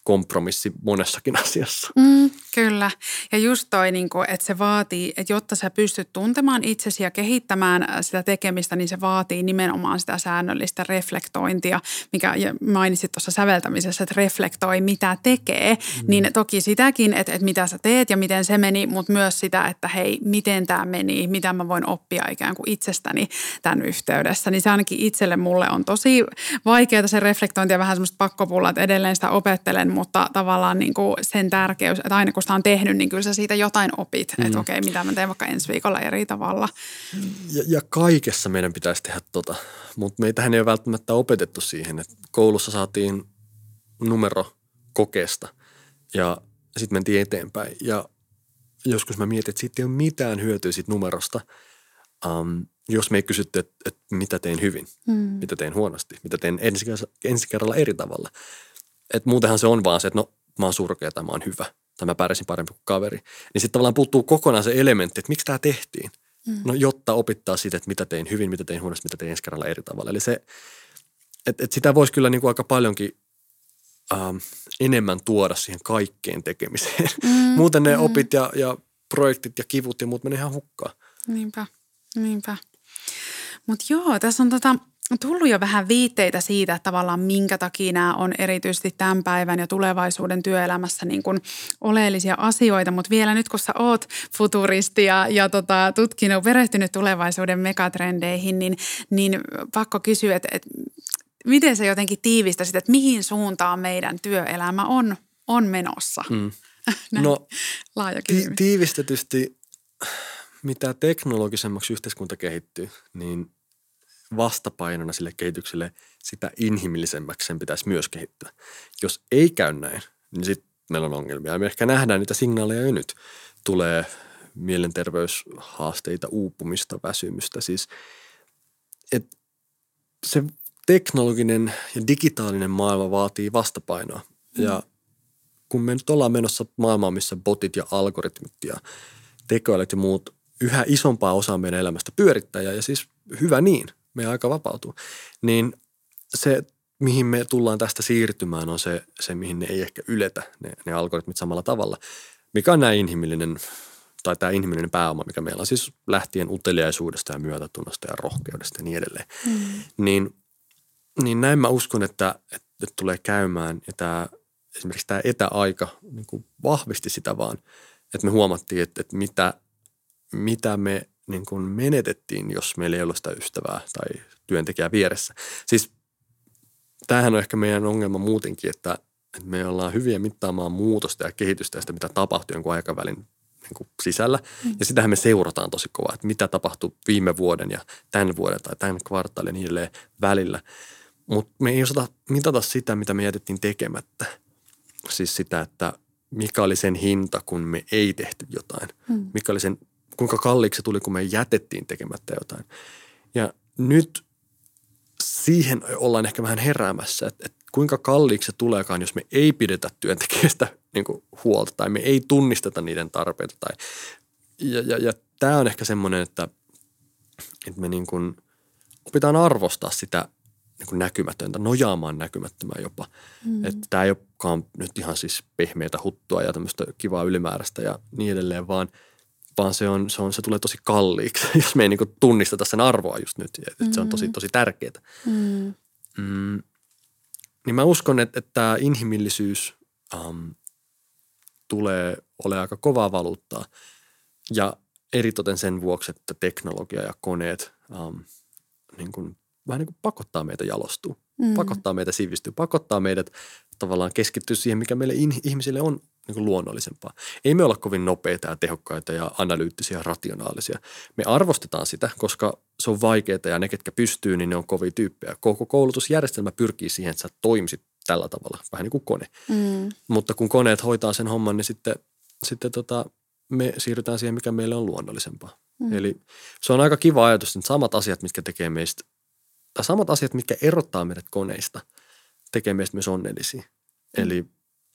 kompromissi monessakin asiassa. Mm, kyllä. Ja just toi, niin kuin, että se vaatii, että jotta sä pystyt tuntemaan itsesi ja kehittämään sitä tekemistä, niin se vaatii nimenomaan sitä säännöllistä reflektointia, mikä mainitsit tuossa säveltämisessä, että reflektoi mitä tekee. Mm. Niin toki sitäkin, että, että mitä sä teet ja miten se meni, mutta myös sitä, että hei, miten tämä meni, mitä mä voin oppia ikään kuin itsestäni tämän yhteydessä. Niin se ainakin itselle mulle on tosi vaikeaa se reflektointi ja vähän semmoista pakkopullaa, että edelleen sitä opettelen, mutta tavallaan niin kuin sen tärkeys, että aina kun sitä on tehnyt, niin kyllä sä siitä jotain opit, mm. että okei, mitä mä teen vaikka ensi viikolla eri tavalla. Ja, ja kaikessa meidän pitäisi tehdä tota, mutta meitähän ei ole välttämättä opetettu siihen, että koulussa saatiin numero kokeesta ja sitten mentiin eteenpäin. Ja joskus mä mietin, että siitä ei ole mitään hyötyä siitä numerosta, um, jos me ei kysytty, että, että mitä tein hyvin, mm. mitä tein huonosti, mitä tein ensi, ensi kerralla eri tavalla. Että muutenhan se on vaan se, että no mä oon surkea tai mä oon hyvä tai mä pärjäsin parempi kuin kaveri. Niin sitten tavallaan puuttuu kokonaan se elementti, että miksi tämä tehtiin. Mm. No jotta opittaa siitä, että mitä tein hyvin, mitä tein huonosti, mitä tein ensi kerralla eri tavalla. Eli se, että, että sitä voisi kyllä niin kuin aika paljonkin ähm, enemmän tuoda siihen kaikkeen tekemiseen. Mm. Muuten ne mm. opit ja, ja projektit ja kivut ja muut menee ihan hukkaan. Niinpä, niinpä. Mutta joo, tässä on tota... On tullut jo vähän viitteitä siitä, että tavallaan minkä takia nämä on erityisesti tämän päivän ja tulevaisuuden työelämässä niin kuin oleellisia asioita, mutta vielä nyt kun sä oot futuristi ja, ja tota, tutkinut, perehtynyt tulevaisuuden megatrendeihin, niin, niin pakko kysyä, että, että miten sä jotenkin tiivistäsit, että mihin suuntaan meidän työelämä on, on menossa? Mm. No ti- tiivistetysti, mitä teknologisemmaksi yhteiskunta kehittyy, niin vastapainona sille kehitykselle sitä inhimillisemmäksi sen pitäisi myös kehittyä. Jos ei käy näin, niin sitten meillä on ongelmia. Me ehkä nähdään niitä signaaleja jo nyt. Tulee mielenterveyshaasteita, uupumista, väsymystä. Siis, et se teknologinen ja digitaalinen maailma vaatii vastapainoa. Mm. Ja kun me nyt ollaan menossa maailmaan, missä botit ja algoritmit ja tekoälyt ja muut yhä isompaa osaa meidän elämästä pyörittää, ja siis hyvä niin, meidän aika vapautuu, niin se, mihin me tullaan tästä siirtymään, on se, se mihin ne ei ehkä yletä, ne, ne algoritmit samalla tavalla, mikä on nämä inhimillinen, tai tämä inhimillinen pääoma, mikä meillä on siis lähtien uteliaisuudesta ja myötätunnosta ja rohkeudesta ja niin edelleen. Mm. Niin, niin näin mä uskon, että, että, että tulee käymään, ja tämä, esimerkiksi tämä etäaika niin kuin vahvisti sitä vaan, että me huomattiin, että, että mitä, mitä me niin kuin menetettiin, jos meillä ei ollut sitä ystävää tai työntekijää vieressä. Siis tämähän on ehkä meidän ongelma muutenkin, että, että me ollaan hyviä mittaamaan muutosta ja kehitystä ja sitä, mitä tapahtuu jonkun aikavälin niin kuin sisällä. Mm. Ja sitähän me seurataan tosi kovaa, että mitä tapahtuu viime vuoden ja tämän vuoden tai tämän kvartaalin ja niin edelleen välillä. Mutta me ei osata mitata sitä, mitä me jätettiin tekemättä. Siis sitä, että mikä oli sen hinta, kun me ei tehty jotain. Mm. Mikä oli sen, kuinka kalliiksi se tuli, kun me jätettiin tekemättä jotain. Ja nyt siihen ollaan ehkä vähän heräämässä, että, että kuinka kalliiksi se tuleekaan, jos me ei pidetä työntekijästä niin kuin huolta tai me ei tunnisteta niiden tarpeita. Tai, ja, ja, ja tämä on ehkä semmoinen, että, että me niin kuin opitaan arvostaa sitä niin kuin näkymätöntä, nojaamaan näkymättömään jopa. Mm. Että tämä ei olekaan nyt ihan siis pehmeätä huttua ja tämmöistä kivaa ylimääräistä ja niin edelleen, vaan, vaan se, on, se, on, se tulee tosi kalliiksi, jos me ei niin kuin tunnisteta sen arvoa just nyt. Että mm. se on tosi, tosi tärkeää. Mm. Mm. Niin mä uskon, että, että tämä inhimillisyys um, tulee olemaan aika kovaa valuuttaa ja eritoten sen vuoksi, että teknologia ja koneet um, niin kuin vähän niin kuin pakottaa meitä jalostua, mm. pakottaa meitä sivistyä, pakottaa meidät tavallaan keskittyä siihen, mikä meille in, ihmisille on niin kuin luonnollisempaa. Ei me olla kovin nopeita ja tehokkaita ja analyyttisiä ja rationaalisia. Me arvostetaan sitä, koska se on vaikeaa ja ne, ketkä pystyy, niin ne on kovia tyyppejä. Koko koulutusjärjestelmä pyrkii siihen, että sä toimisit tällä tavalla, vähän niin kuin kone. Mm. Mutta kun koneet hoitaa sen homman, niin sitten, sitten tota, me siirrytään siihen, mikä meille on luonnollisempaa. Mm. Eli se on aika kiva ajatus, että samat asiat, mitkä tekee meistä tai samat asiat, mitkä erottaa meidät koneista, tekee meistä myös onnellisia. Mm. Eli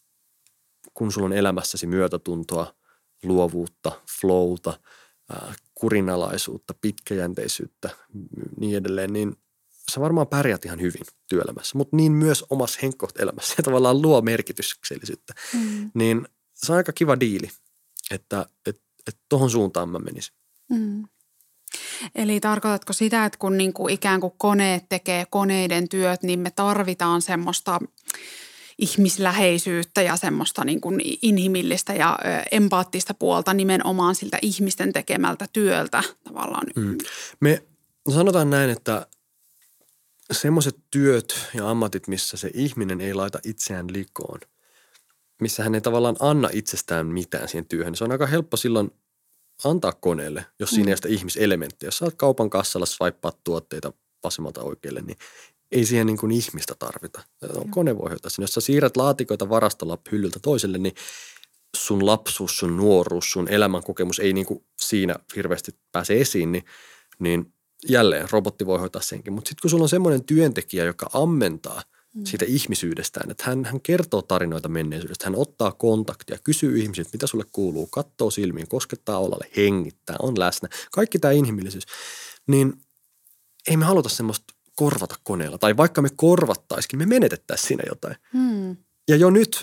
kun sulla on elämässäsi myötätuntoa, luovuutta, flowta, äh, kurinalaisuutta, pitkäjänteisyyttä, niin edelleen, niin sä varmaan pärjät ihan hyvin työelämässä, mutta niin myös omassa henkkoht-elämässä ja tavallaan luo merkityksellisyyttä. Mm. Niin se on aika kiva diili, että et, et tohon suuntaan mä menisin. Mm. Eli tarkoitatko sitä, että kun niinku ikään kuin koneet tekee koneiden työt, niin me tarvitaan semmoista ihmisläheisyyttä ja semmoista niin kuin inhimillistä ja empaattista puolta nimenomaan siltä ihmisten tekemältä työltä tavallaan. Mm. Me sanotaan näin, että semmoiset työt ja ammatit, missä se ihminen ei laita itseään likoon, missä hän ei tavallaan anna itsestään mitään siihen työhön, niin se on aika helppo silloin antaa koneelle, jos siinä mm. ei ole sitä ihmiselementtiä. Jos sä oot kaupan kassalla swipeaat tuotteita vasemmalta oikealle, niin ei siihen niin kuin ihmistä tarvita. Kone voi hoitaa sen. Jos sä siirrät laatikoita varastolla hyllyltä toiselle, niin sun lapsuus, sun nuoruus, sun elämänkokemus ei niin kuin siinä hirveästi pääse esiin, niin, niin jälleen robotti voi hoitaa senkin. Mutta sitten kun sulla on semmoinen työntekijä, joka ammentaa mm. siitä ihmisyydestään, että hän, hän kertoo tarinoita menneisyydestä, hän ottaa kontaktia, kysyy ihmisiltä, mitä sulle kuuluu, katsoo silmiin, koskettaa olalle, hengittää, on läsnä. Kaikki tämä inhimillisyys. Niin ei me haluta semmoista korvata koneella. Tai vaikka me korvattaisikin, me menetettäisiin siinä jotain. Hmm. Ja jo nyt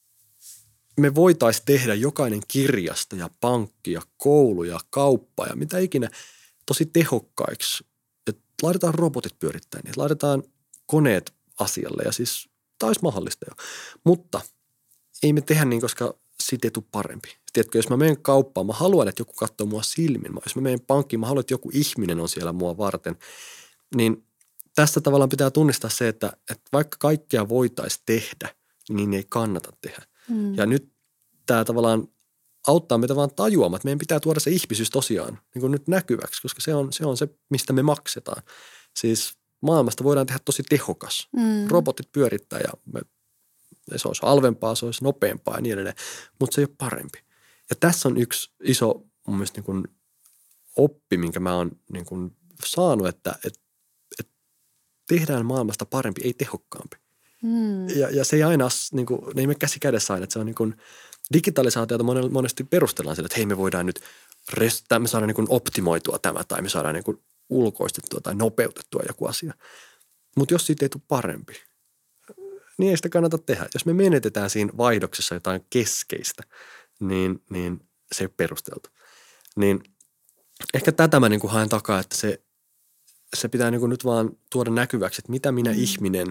me voitaisiin tehdä jokainen kirjasto ja pankki ja koulu ja kauppa ja mitä ikinä tosi tehokkaiksi. Että laitetaan robotit pyörittämään, että laitetaan koneet asialle ja siis tämä olisi mahdollista jo. Mutta ei me tehdä niin, koska siitä ei tule parempi. Tiedätkö, jos mä menen kauppaan, mä haluan, että joku katsoo mua silmin. Jos mä menen pankkiin, mä haluan, että joku ihminen on siellä mua varten. Niin tässä tavallaan pitää tunnistaa se, että, että vaikka kaikkea voitaisiin tehdä, niin ei kannata tehdä. Mm. Ja nyt tämä tavallaan auttaa meitä vaan tajuamaan, että meidän pitää tuoda se ihmisyys tosiaan niin kuin nyt näkyväksi, koska se on, se on se, mistä me maksetaan. Siis maailmasta voidaan tehdä tosi tehokas. Mm. Robotit pyörittää ja me, se olisi halvempaa, se olisi nopeampaa ja niin edelleen, mutta se ei ole parempi. Ja tässä on yksi iso mun mielestä niin kuin oppi, minkä mä oon niin kuin saanut, että, että tehdään maailmasta parempi, ei tehokkaampi. Hmm. Ja, ja se ei aina, niin kuin, ne ei mene käsi kädessä aina, että se on niin kuin, digitalisaatiota monesti perustellaan sillä, että hei me voidaan nyt, restää, me saadaan niin kuin optimoitua tämä tai me saadaan niin kuin ulkoistettua tai nopeutettua joku asia. Mutta jos siitä ei tule parempi, niin ei sitä kannata tehdä. Jos me menetetään siinä vaihdoksessa jotain keskeistä, niin, niin se ei ole perusteltu. Niin ehkä tätä mä niin kuin haen takaa, että se Se pitää niin kuin nyt vaan tuoda näkyväksi, että mitä minä mm. ihminen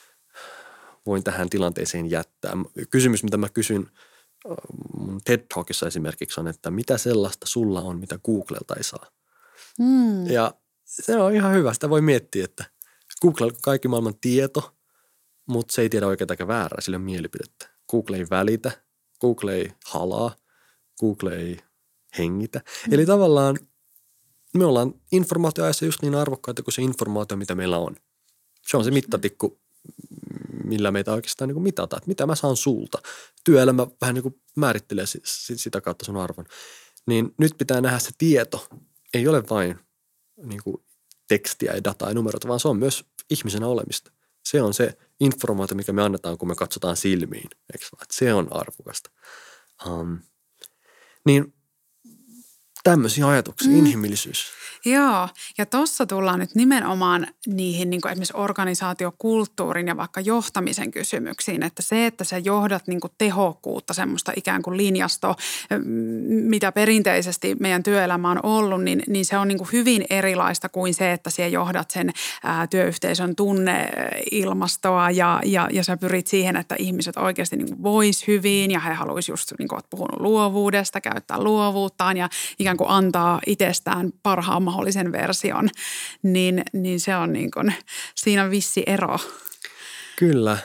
voin tähän tilanteeseen jättää. Kysymys, mitä mä kysyn mun TED-talkissa esimerkiksi on, että mitä sellaista sulla on, mitä Googlelta ei saa. Mm. Ja se on ihan hyvä. Sitä voi miettiä, että Google on kaikki maailman tieto, mutta se ei tiedä oikeaa eikä väärää, sillä on mielipidettä. Google ei välitä, Google ei halaa, Google ei hengitä. Mm. Eli tavallaan me ollaan informaatioajassa just niin arvokkaita kuin se informaatio, mitä meillä on. Se on se mittatikku, millä meitä oikeastaan niin kuin mitataan, että mitä mä saan sulta. Työelämä vähän niin kuin määrittelee sitä kautta sun arvon. Niin nyt pitää nähdä se tieto. Ei ole vain niin kuin tekstiä ja dataa ja numeroita, vaan se on myös ihmisenä olemista. Se on se informaatio, mikä me annetaan, kun me katsotaan silmiin. Eikö? Se on arvokasta. Um, niin tämmöisiä ajatuksia, mm. inhimillisyys. Joo, ja tuossa tullaan nyt nimenomaan niihin niin kuin esimerkiksi organisaatiokulttuurin ja vaikka johtamisen kysymyksiin, että se, että sä johdat niin kuin tehokkuutta, semmoista ikään kuin linjastoa, mitä perinteisesti meidän työelämä on ollut, niin, niin se on niin kuin hyvin erilaista kuin se, että sä johdat sen ää, työyhteisön tunneilmastoa ja, ja, ja sä pyrit siihen, että ihmiset oikeasti niin kuin vois hyvin ja he haluaisi just, niin kuin oot puhunut luovuudesta, käyttää luovuuttaan ja ikään kuin antaa itsestään parhaan mahdollisen version, niin, niin se on niin kuin, siinä on vissi ero. Kyllä.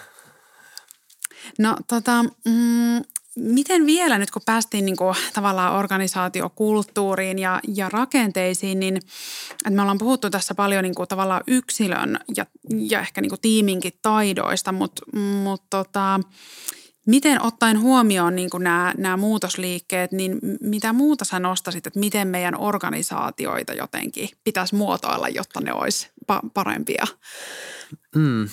No tota, mm, miten vielä nyt kun päästiin niin kuin tavallaan organisaatiokulttuuriin ja, ja rakenteisiin, niin että me ollaan puhuttu tässä paljon niin kuin tavallaan yksilön ja, ja ehkä niin kuin tiiminkin taidoista, mutta mut tota, miten ottaen huomioon niin kuin nämä, nämä muutosliikkeet, niin mitä muuta sä nostasit, että miten meidän organisaatioita jotenkin pitäisi muotoilla, jotta ne olisi pa- parempia? Mm.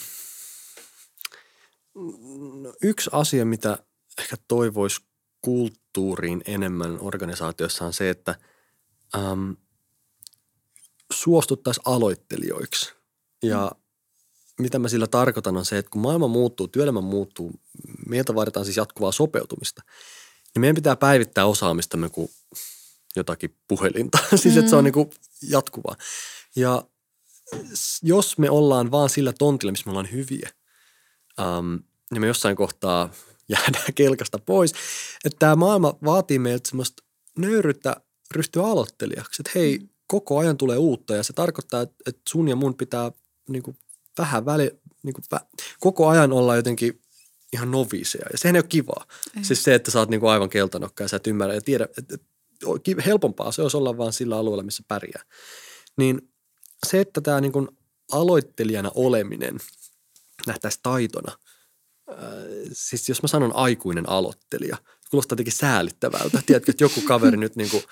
No, yksi asia, mitä ehkä toivoisi kulttuuriin enemmän organisaatiossa on se, että äm, suostuttaisiin aloittelijoiksi. Ja mitä mä sillä tarkoitan on se, että kun maailma muuttuu, työelämä muuttuu, meiltä vaaditaan siis jatkuvaa sopeutumista. Niin meidän pitää päivittää osaamistamme kuin jotakin puhelinta. siis että se on niin kuin jatkuvaa. Ja jos me ollaan vaan sillä tontilla, missä me ollaan hyviä, um, niin me jossain kohtaa jäädään kelkasta pois. Että tämä maailma vaatii meiltä semmoista nöyryyttä ryhtyä aloittelijaksi. Että hei, koko ajan tulee uutta ja se tarkoittaa, että sun ja mun pitää niin kuin vähän väli, niin kuin vä, koko ajan olla jotenkin ihan noviiseja. Ja sehän ei ole kivaa. Ei. Siis se, että sä oot niin kuin aivan keltanokka ja sä et ymmärrä ja tiedä, että helpompaa se olisi olla vaan sillä alueella, missä pärjää. Niin se, että tämä niin kuin aloittelijana oleminen nähtäisi taitona, äh, siis jos mä sanon aikuinen aloittelija, kuulostaa jotenkin säälittävältä. Tiedätkö, että joku kaveri nyt niin kuin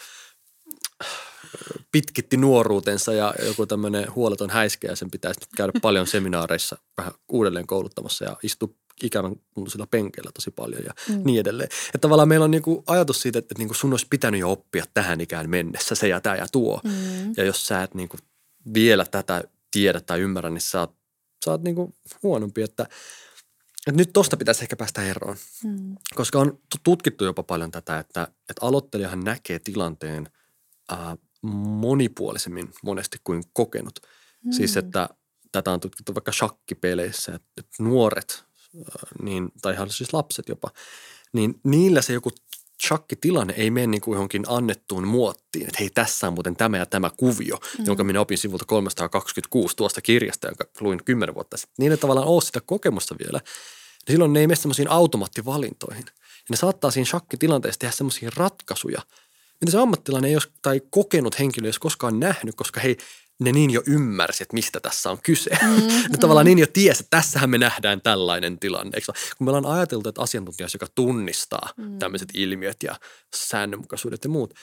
pitkitti nuoruutensa ja joku tämmöinen huoleton häiskeä, sen pitäisi nyt käydä paljon seminaareissa vähän uudelleen kouluttamassa ja istua ikävän tuntuisilla penkeillä tosi paljon ja mm. niin edelleen. Että tavallaan meillä on niinku ajatus siitä, että niinku sun olisi pitänyt jo oppia tähän ikään mennessä se ja tämä ja tuo. Mm. Ja jos sä et niinku vielä tätä tiedä tai ymmärrä, niin sä oot, sä oot niinku huonompi. Että, että nyt tosta pitäisi ehkä päästä eroon. Mm. Koska on tutkittu jopa paljon tätä, että, että aloittelijahan näkee tilanteen ää, monipuolisemmin monesti kuin kokenut. Mm. Siis, että tätä on tutkittu vaikka shakkipeleissä, että, että nuoret niin, tai ihan siis lapset jopa, niin niillä se joku shakkitilanne ei mene niin kuin johonkin annettuun muottiin, että hei, tässä on muuten tämä ja tämä kuvio, mm. jonka minä opin sivulta kolmesataakaksikymmentäkuusi tuosta kirjasta, jonka luin kymmenen vuotta sitten. Niin ei tavallaan ole sitä kokemusta vielä, niin silloin ne ei mene semmoisiin automaattivalintoihin. Ja ne saattaa siinä shakkitilanteessa tehdä semmoisia ratkaisuja, mitä se ammattilainen ei ole, tai kokenut henkilö ei ole koskaan nähnyt, koska hei, ne niin jo ymmärsi, että mistä tässä on kyse. Mm, ne mm. tavallaan niin jo tiesi, että tässähän me nähdään tällainen tilanne. Eikö? Kun me ollaan ajateltu, että asiantuntija, joka tunnistaa mm. tämmöiset ilmiöt ja säännönmukaisuudet ja muut,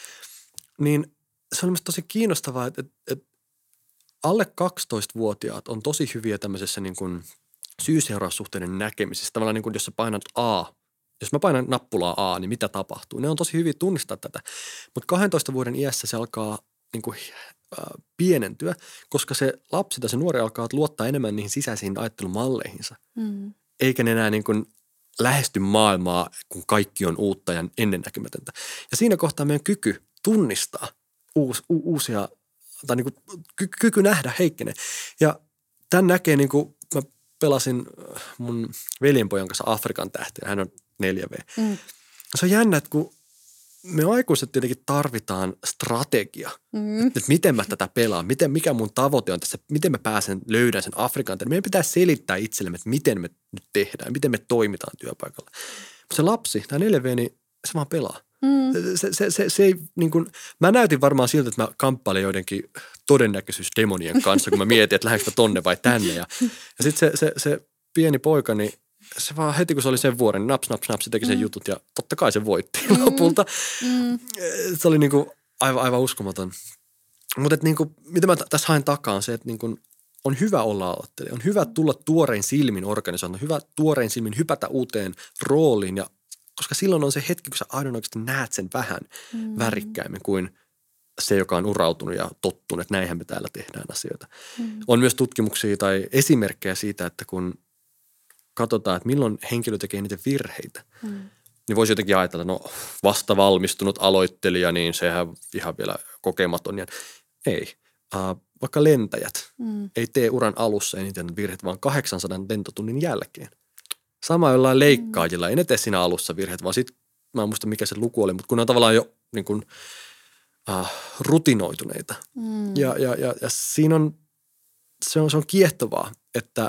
niin se on myös tosi kiinnostavaa, että, että, että alle kaksitoistavuotiaat on tosi hyviä tämmöisessä niin kuin syy-seuraussuhteiden näkemisessä. Tavallaan niin kuin jos sä painat A, jos mä painan nappulaa A, niin mitä tapahtuu? Ne on tosi hyviä tunnistaa tätä. Mutta kahdentoista vuoden iässä se alkaa niin kuin pienentyä, koska se lapsi tai se nuori alkaa luottaa enemmän niihin sisäisiin ajattelumalleihinsa. Mm. Eikä ne enää niin kuin lähesty maailmaa, kun kaikki on uutta ja ennennäkemätöntä. Ja siinä kohtaa meidän kyky tunnistaa uus, u, uusia, tai niin kuin ky, kyky nähdä heikkenee. Ja tämän näkee, niin kuin mä pelasin mun veljenpojan kanssa Afrikan tähtiä, hän on neljä V. Mm. Se on jännä, että kun me aikuiset tietenkin tarvitaan strategia, mm. että miten mä tätä pelaan, miten, mikä mun tavoite on tässä, miten mä pääsen, löydän sen Afrikan. Meidän pitää selittää itsellemme, että miten me nyt tehdään, miten me toimitaan työpaikalla. Mutta se lapsi, tämä neljä V, niin se vaan pelaa. Mm. Se, se, se, se ei, niin kuin, mä näytin varmaan siltä, että mä kamppailen joidenkin todennäköisyysdemonien kanssa, kun mä mietin, että lähdenkö mä tonne vai tänne. Ja, ja sitten se, se, se pieni poika, niin se vaan heti, kun se oli sen vuoren, niin naps, naps, naps, se teki sen mm. jutut ja totta kai se voitti mm. lopulta. Mm. Se oli niinku aivan, aivan uskomaton. Mutta niinku, mitä mä t- tässä haen takaa on se, että niinku on hyvä olla aloittelija. On hyvä tulla tuorein silmin organisaatioon, on hyvä tuorein silmin hypätä uuteen rooliin, ja, koska silloin on se hetki, kun sä aina oikeasti näet sen vähän mm. värikkäimmin kuin se, joka on urautunut ja tottunut, että näinhän me täällä tehdään asioita. Mm. On myös tutkimuksia tai esimerkkejä siitä, että kun katsotaan, että milloin henkilö tekee niitä virheitä, mm. niin voisi jotenkin ajatella, no vasta valmistunut aloittelija, niin sehän ihan vielä kokematon. Ja ei. Uh, vaikka lentäjät mm. ei tee uran alussa eniten virheitä, vaan kahdeksansadan lentotunnin jälkeen. Sama jollain leikkaajilla. Mm. Ei ne tee siinä alussa virheitä, vaan sitten, mä en muista mikä se luku oli, mutta kun ne on tavallaan jo niin kuin, uh, rutinoituneita. Mm. Ja, ja, ja, ja siinä on se, on, se on kiehtovaa, että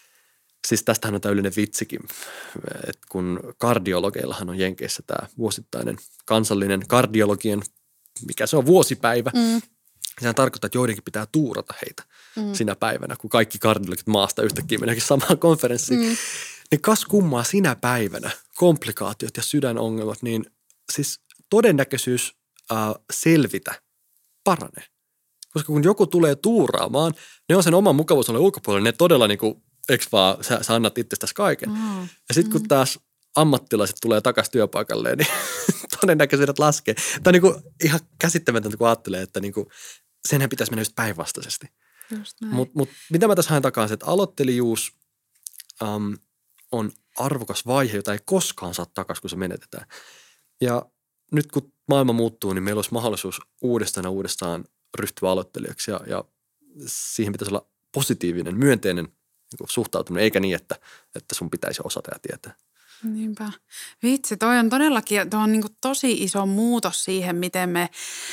siis tästähän on tämä yleinen vitsikin, että kun kardiologeillahan on Jenkeissä tämä vuosittainen kansallinen kardiologien, mikä se on, vuosipäivä. Mm. Sehän tarkoittaa, että joidenkin pitää tuurata heitä mm. sinä päivänä, kun kaikki kardiologit maasta yhtäkkiä meneekin samaan konferenssiin. Mm. Niin kas kummaa sinä päivänä, komplikaatiot ja sydänongelmat, niin siis todennäköisyys äh, selvitä paranee. Koska kun joku tulee tuuraamaan, ne on sen oman mukavuusalueen ulkopuolella, ne todella niin kuin eikö vaan, sä, sä annat itsestäsi kaiken. Mm. Ja sitten kun taas ammattilaiset tulee takaisin työpaikalleen, niin todennäköisyydet laskee. Tämä on niin kuin ihan käsittämätöntä, kun ajattelee, että niin kuin, senhän pitäisi mennä just päinvastaisesti. Mutta mut, mitä mä tässä haen takaa, että aloittelijuus um, on arvokas vaihe, jota ei koskaan saa takaisin, kun se menetetään. Ja nyt kun maailma muuttuu, niin meillä olisi mahdollisuus uudestaan ja uudestaan ryhtyä aloittelijaksi ja, ja siihen pitäisi olla positiivinen, myönteinen niin suhtautuminen, eikä niin, että, että sun pitäisi osata ja tietää. Niinpä. Vitsi, toi on todellakin toi on niin kuin tosi iso muutos siihen, miten me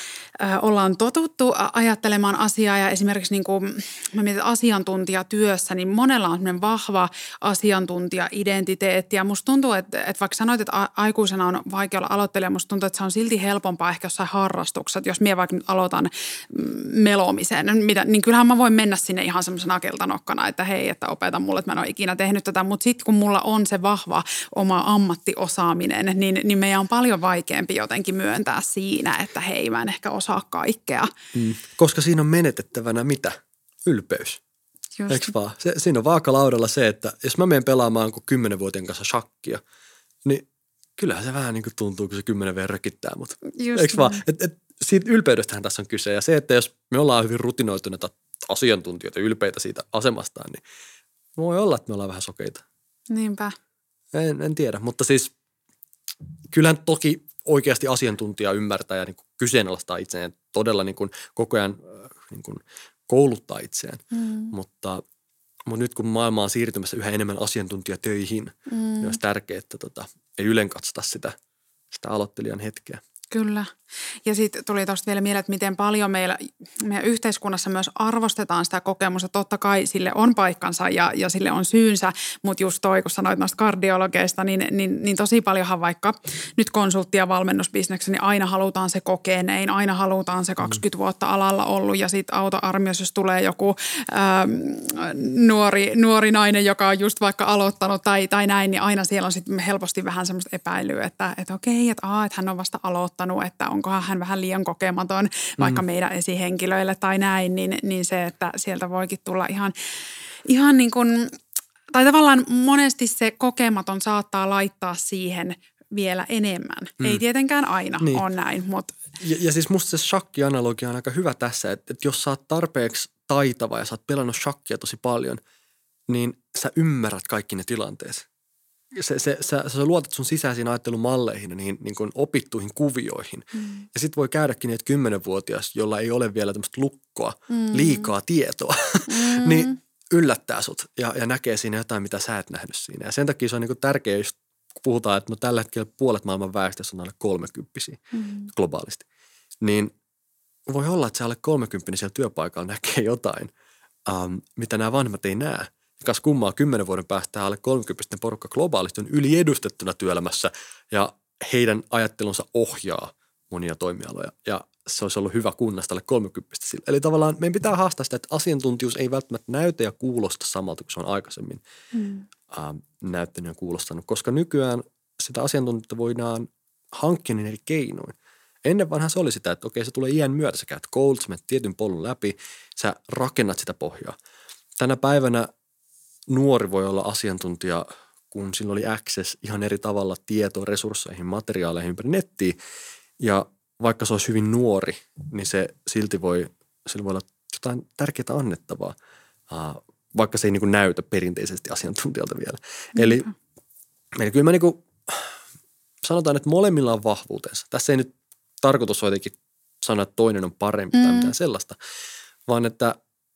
ö, ollaan totuttu ajattelemaan asiaa ja esimerkiksi niin kuin mä mietin asiantuntijatyössä, niin monella on sellainen vahva asiantuntija-identiteetti ja musta tuntuu, että, että vaikka sanoit, että aikuisena on vaikea olla aloittelija, musta tuntuu, että se on silti helpompaa ehkä jossain harrastuksessa, jos minä vaikka nyt aloitan melomisen, mitä, niin kyllähän mä voin mennä sinne ihan semmoisena keltanokkana, että hei, että opeta mulle, että mä en ole ikinä tehnyt tätä, mutta sitten kun mulla on se vahva oma ammattiosaaminen, niin, niin meidän on paljon vaikeampi jotenkin myöntää siinä, että hei, mä en ehkä osaa kaikkea. Mm. Koska siinä on menetettävänä mitä? Ylpeys. Just. Eikö vaan? Se, siinä on vaakalaudalla se, että jos mä menen pelaamaan kuin kymmenenvuotiaan kanssa shakkia, niin kyllähän se vähän niin kuin tuntuu, kun se kymmenen vielä rökittää mut. Eikö vaan? Et, et, siitä ylpeydestähän tässä on kyse. Ja se, että jos me ollaan hyvin rutinoituneita asiantuntijoita, ylpeitä siitä asemastaan, niin voi olla, että me ollaan vähän sokeita. Niinpä. En, en tiedä, mutta siis kyllähän toki oikeasti asiantuntija ymmärtää ja niin kuin kyseenalaistaa itseään, todella niin kuin koko ajan niin kuin kouluttaa itseään, mm. mutta, mutta nyt kun maailma on siirtymässä yhä enemmän asiantuntijatöihin, mm. niin olisi tärkeää, että tota, ei ylenkatsota sitä, sitä aloittelijan hetkeä. Kyllä. Ja sitten tuli tuosta vielä mieleen, että miten paljon meillä, meidän yhteiskunnassa myös arvostetaan sitä kokemusta. Totta kai sille on paikkansa ja, ja sille on syynsä, mutta just toi, kun sanoit noista kardiologeista, niin, niin, niin tosi paljonhan vaikka nyt konsultti- ja valmennusbisneksessä, niin aina halutaan se kokenein, aina halutaan se kaksikymmentä vuotta alalla ollut ja sitten autoarmiossa, jos tulee joku ähm, nuori, nuori nainen, joka on just vaikka aloittanut tai, tai näin, niin aina siellä on sitten helposti vähän semmoista epäilyä, että, että okei, että, aa, että hän on vasta aloittanut, että onkohan hän vähän liian kokematon vaikka mm. meidän esihenkilöille tai näin, niin, niin se, että sieltä voikin tulla ihan, ihan niin kuin, tai tavallaan monesti se kokematon saattaa laittaa siihen vielä enemmän. Mm. Ei tietenkään aina niin. ole näin, mutta... Ja, ja siis musta se shakki-analogia on aika hyvä tässä, että, että jos sä oot tarpeeksi taitava ja sä oot pelannut shakkia tosi paljon, niin sä ymmärrät kaikki ne tilanteet. Se, se, sä, sä luotat sun sisäisiin ajattelumalleihin ja niihin niin kuin opittuihin kuvioihin. Mm. Ja sit voi käydäkin niin, että kymmenenvuotias, jolla ei ole vielä tämmöistä lukkoa, mm. liikaa tietoa, mm. niin yllättää sut ja, ja näkee siinä jotain, mitä sä et nähnyt siinä. Ja sen takia se on niin kuin tärkeää, jos puhutaan, että no tällä hetkellä puolet maailman väestössä on alle kolmekymppisiä mm. globaalisti. Niin voi olla, että se alle kolmekymppinen siellä työpaikalla näkee jotain, um, mitä nämä vanhemmat ei näe. Kas kummaa kymmenen vuoden päästä alle kolmekymppisten porukka globaalisti on yliedustettuna työelämässä ja heidän ajattelunsa ohjaa monia toimialoja. Ja se olisi ollut hyvä kunnasta alle kolmekymppistä sillä. Eli tavallaan meidän pitää haastaa sitä, että asiantuntijuus ei välttämättä näytä ja kuulosta samalta kuin se on aikaisemmin mm. äh, näyttänyt ja kuulostanut. Koska nykyään sitä asiantuntijuutta voidaan hankkia niin eri keinoin. Ennen vanhan se oli sitä, että okei, se tulee iän myötä. Sä käyt koulutus, menet tietyn polun läpi, sä rakennat sitä pohjaa. Tänä päivänä nuori voi olla asiantuntija, kun sillä oli access ihan eri tavalla tietoon, resursseihin, materiaaleihin ympäri nettiä. Ja vaikka se olisi hyvin nuori, niin se silti voi, sillä voi olla jotain tärkeää annettavaa, vaikka se ei niin kuin näytä perinteisesti asiantuntijalta vielä. Mm-hmm. Eli, eli kyllä mä niin kuin sanotaan, että molemmilla on vahvuutensa. Tässä ei nyt tarkoitus ole jotenkin sanoa, että toinen on parempi mm. tai mitään sellaista, vaan että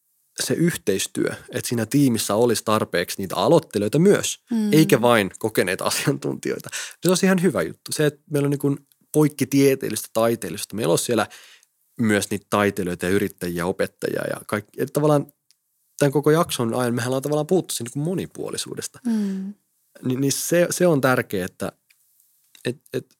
se yhteistyö, että siinä tiimissä olisi tarpeeksi niitä aloittelijoita myös, mm. eikä vain kokeneita asiantuntijoita. Se on ihan hyvä juttu. Se, että meillä on niin kuin poikkitieteellistä, taiteellista. Meillä on siellä myös niitä taiteilijoita ja yrittäjiä, opettajia ja kaikki. Että tavallaan tämän koko jakson ajan mehän ollaan tavallaan puhuttu siinä niin kuin monipuolisuudesta. Mm. Ni, niin se, se on tärkeää, että et, et,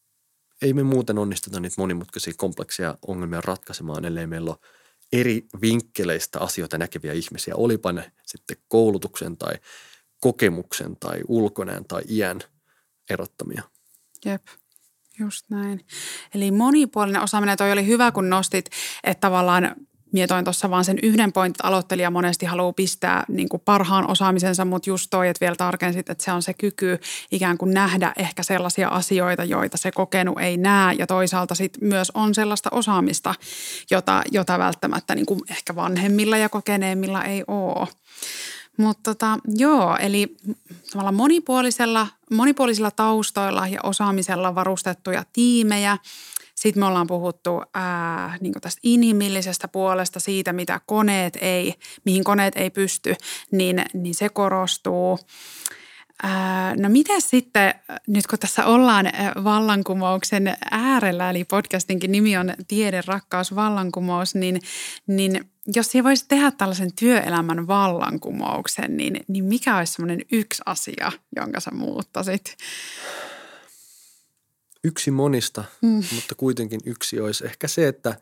ei me muuten onnistuta niitä monimutkaisia, kompleksia ongelmia ratkaisemaan, ellei meillä ole eri vinkkeleistä asioita näkeviä ihmisiä, olipa ne sitten koulutuksen tai kokemuksen tai ulkonäön tai iän erottamia. Jep, just näin. Eli monipuolinen osaaminen, toi oli hyvä, kun nostit, että tavallaan mietoin tuossa vaan sen yhden pointin, aloittelija monesti haluaa pistää niin kuin parhaan osaamisensa, mutta just toi, että vielä tarkensit, että se on se kyky ikään kuin nähdä ehkä sellaisia asioita, joita se kokenut ei näe ja toisaalta sitten myös on sellaista osaamista, jota, jota välttämättä niin kuin ehkä vanhemmilla ja kokeneemmilla ei ole. Mutta tota, joo, eli tavallaan monipuolisella, monipuolisilla taustoilla ja osaamisella varustettuja tiimejä. Sitten me ollaan puhuttu ää, niin kuin tästä inhimillisestä puolesta, siitä mitä koneet ei, mihin koneet ei pysty, niin, niin se korostuu. Ää, no miten sitten, nyt kun tässä ollaan vallankumouksen äärellä, eli podcastinkin nimi on Tiede, rakkaus, vallankumous, niin, niin jos siellä voisi tehdä tällaisen työelämän vallankumouksen, niin, niin mikä olisi semmoinen yksi asia, jonka sä muuttaisit? Yksi monista, mm. mutta kuitenkin yksi olisi ehkä se, että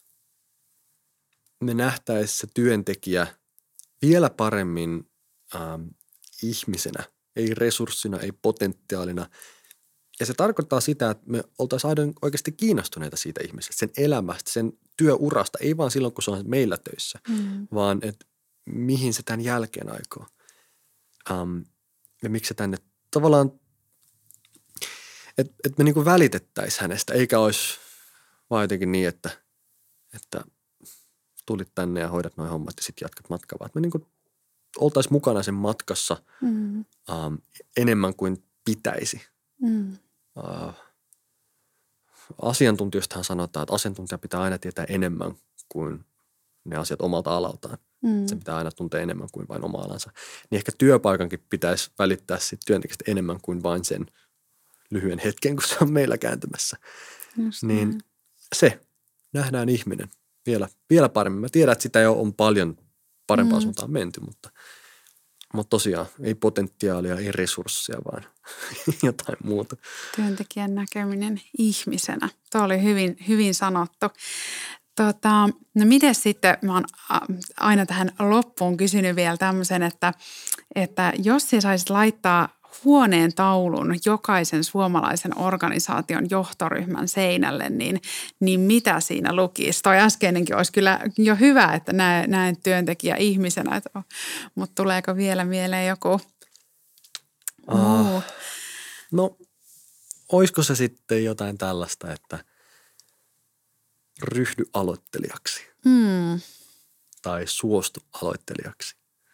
me nähtäisiin se työntekijä vielä paremmin ähm, ihmisenä, ei resurssina, ei potentiaalina. Ja se tarkoittaa sitä, että me oltaisiin aina oikeasti kiinnostuneita siitä ihmisestä, sen elämästä, sen työurasta, ei vaan silloin, kun se on meillä töissä, mm. vaan että mihin se tämän jälkeen aikoo. Ähm, ja miksi se tänne tavallaan, että et me niinku välitettäisiin hänestä, eikä olisi vaan jotenkin niin, että, että tulit tänne ja hoidat nuo hommat ja sitten jatkat matkaa, vaan että me niinku oltaisiin mukana sen matkassa mm. ähm, enemmän kuin pitäisi. Mm. Uh, asiantuntijoistahan sanotaan, että asiantuntija pitää aina tietää enemmän kuin ne asiat omalta alaltaan. Mm. Se pitää aina tuntea enemmän kuin vain oma alansa. Niin ehkä työpaikankin pitäisi välittää sit työntekijästä enemmän kuin vain sen lyhyen hetken, kun se on meillä kääntymässä. Just niin näin. Se, nähdään ihminen vielä, vielä paremmin. Mä tiedän, että sitä jo on paljon parempaan mm. suuntaan menty, mutta Mutta tosiaan ei potentiaalia, ei resursseja, vaan jotain muuta. Työntekijän näkeminen ihmisenä. Tuo oli hyvin, hyvin sanottu. Tota, no miten sitten, mä oon aina tähän loppuun kysynyt vielä tämmöisen, että, että jos sä saisit laittaa huoneen taulun jokaisen suomalaisen organisaation johtoryhmän seinälle, niin, niin mitä siinä lukisi? Toi äskeinenkin olisi kyllä jo hyvä, että näen, näen työntekijä ihmisenä, että, mutta tuleeko vielä mieleen joku muu? Uh, no, olisiko se sitten jotain tällaista, että ryhdy aloittelijaksi hmm. tai suostu aloittelijaksi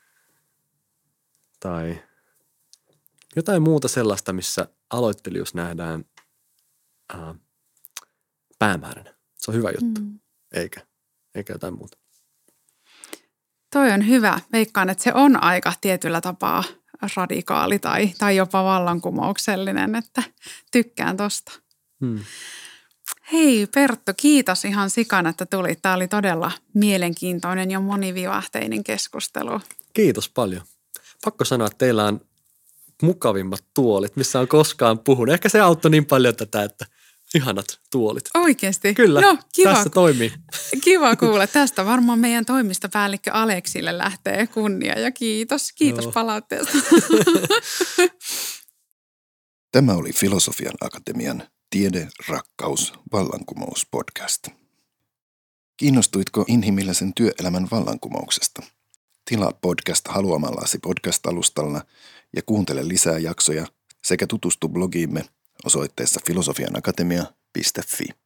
tai jotain muuta sellaista, missä aloittelijuus nähdään ää, päämääränä. Se on hyvä juttu, mm. eikä, eikä jotain muuta. Toi on hyvä. Veikkaan, että se on aika tietyllä tapaa radikaali tai, tai jopa vallankumouksellinen, että tykkään tosta. Mm. Hei Perttu, kiitos ihan sikana, että tulit. Tämä oli todella mielenkiintoinen ja monivivahteinen keskustelu. Kiitos paljon. Pakko sanoa, että teillä on mukavimmat tuolit, missä on koskaan puhunut. Ehkä se auttoi niin paljon tätä, että ihanat tuolit. Oikeasti? Kyllä, no, kiva, tässä toimii. Kiva kuulla. Tästä varmaan meidän toimistopäällikkö Aleksille lähtee kunnia ja kiitos. Kiitos Joo. palautteesta. Tämä oli Filosofian Akatemian Tiede, rakkaus, vallankumous podcast. Kiinnostuitko inhimillisen työelämän vallankumouksesta? Tilaa podcast haluamallasi podcast-alustalla ja kuuntele lisää jaksoja sekä tutustu blogiimme osoitteessa filosofianakatemia piste fi.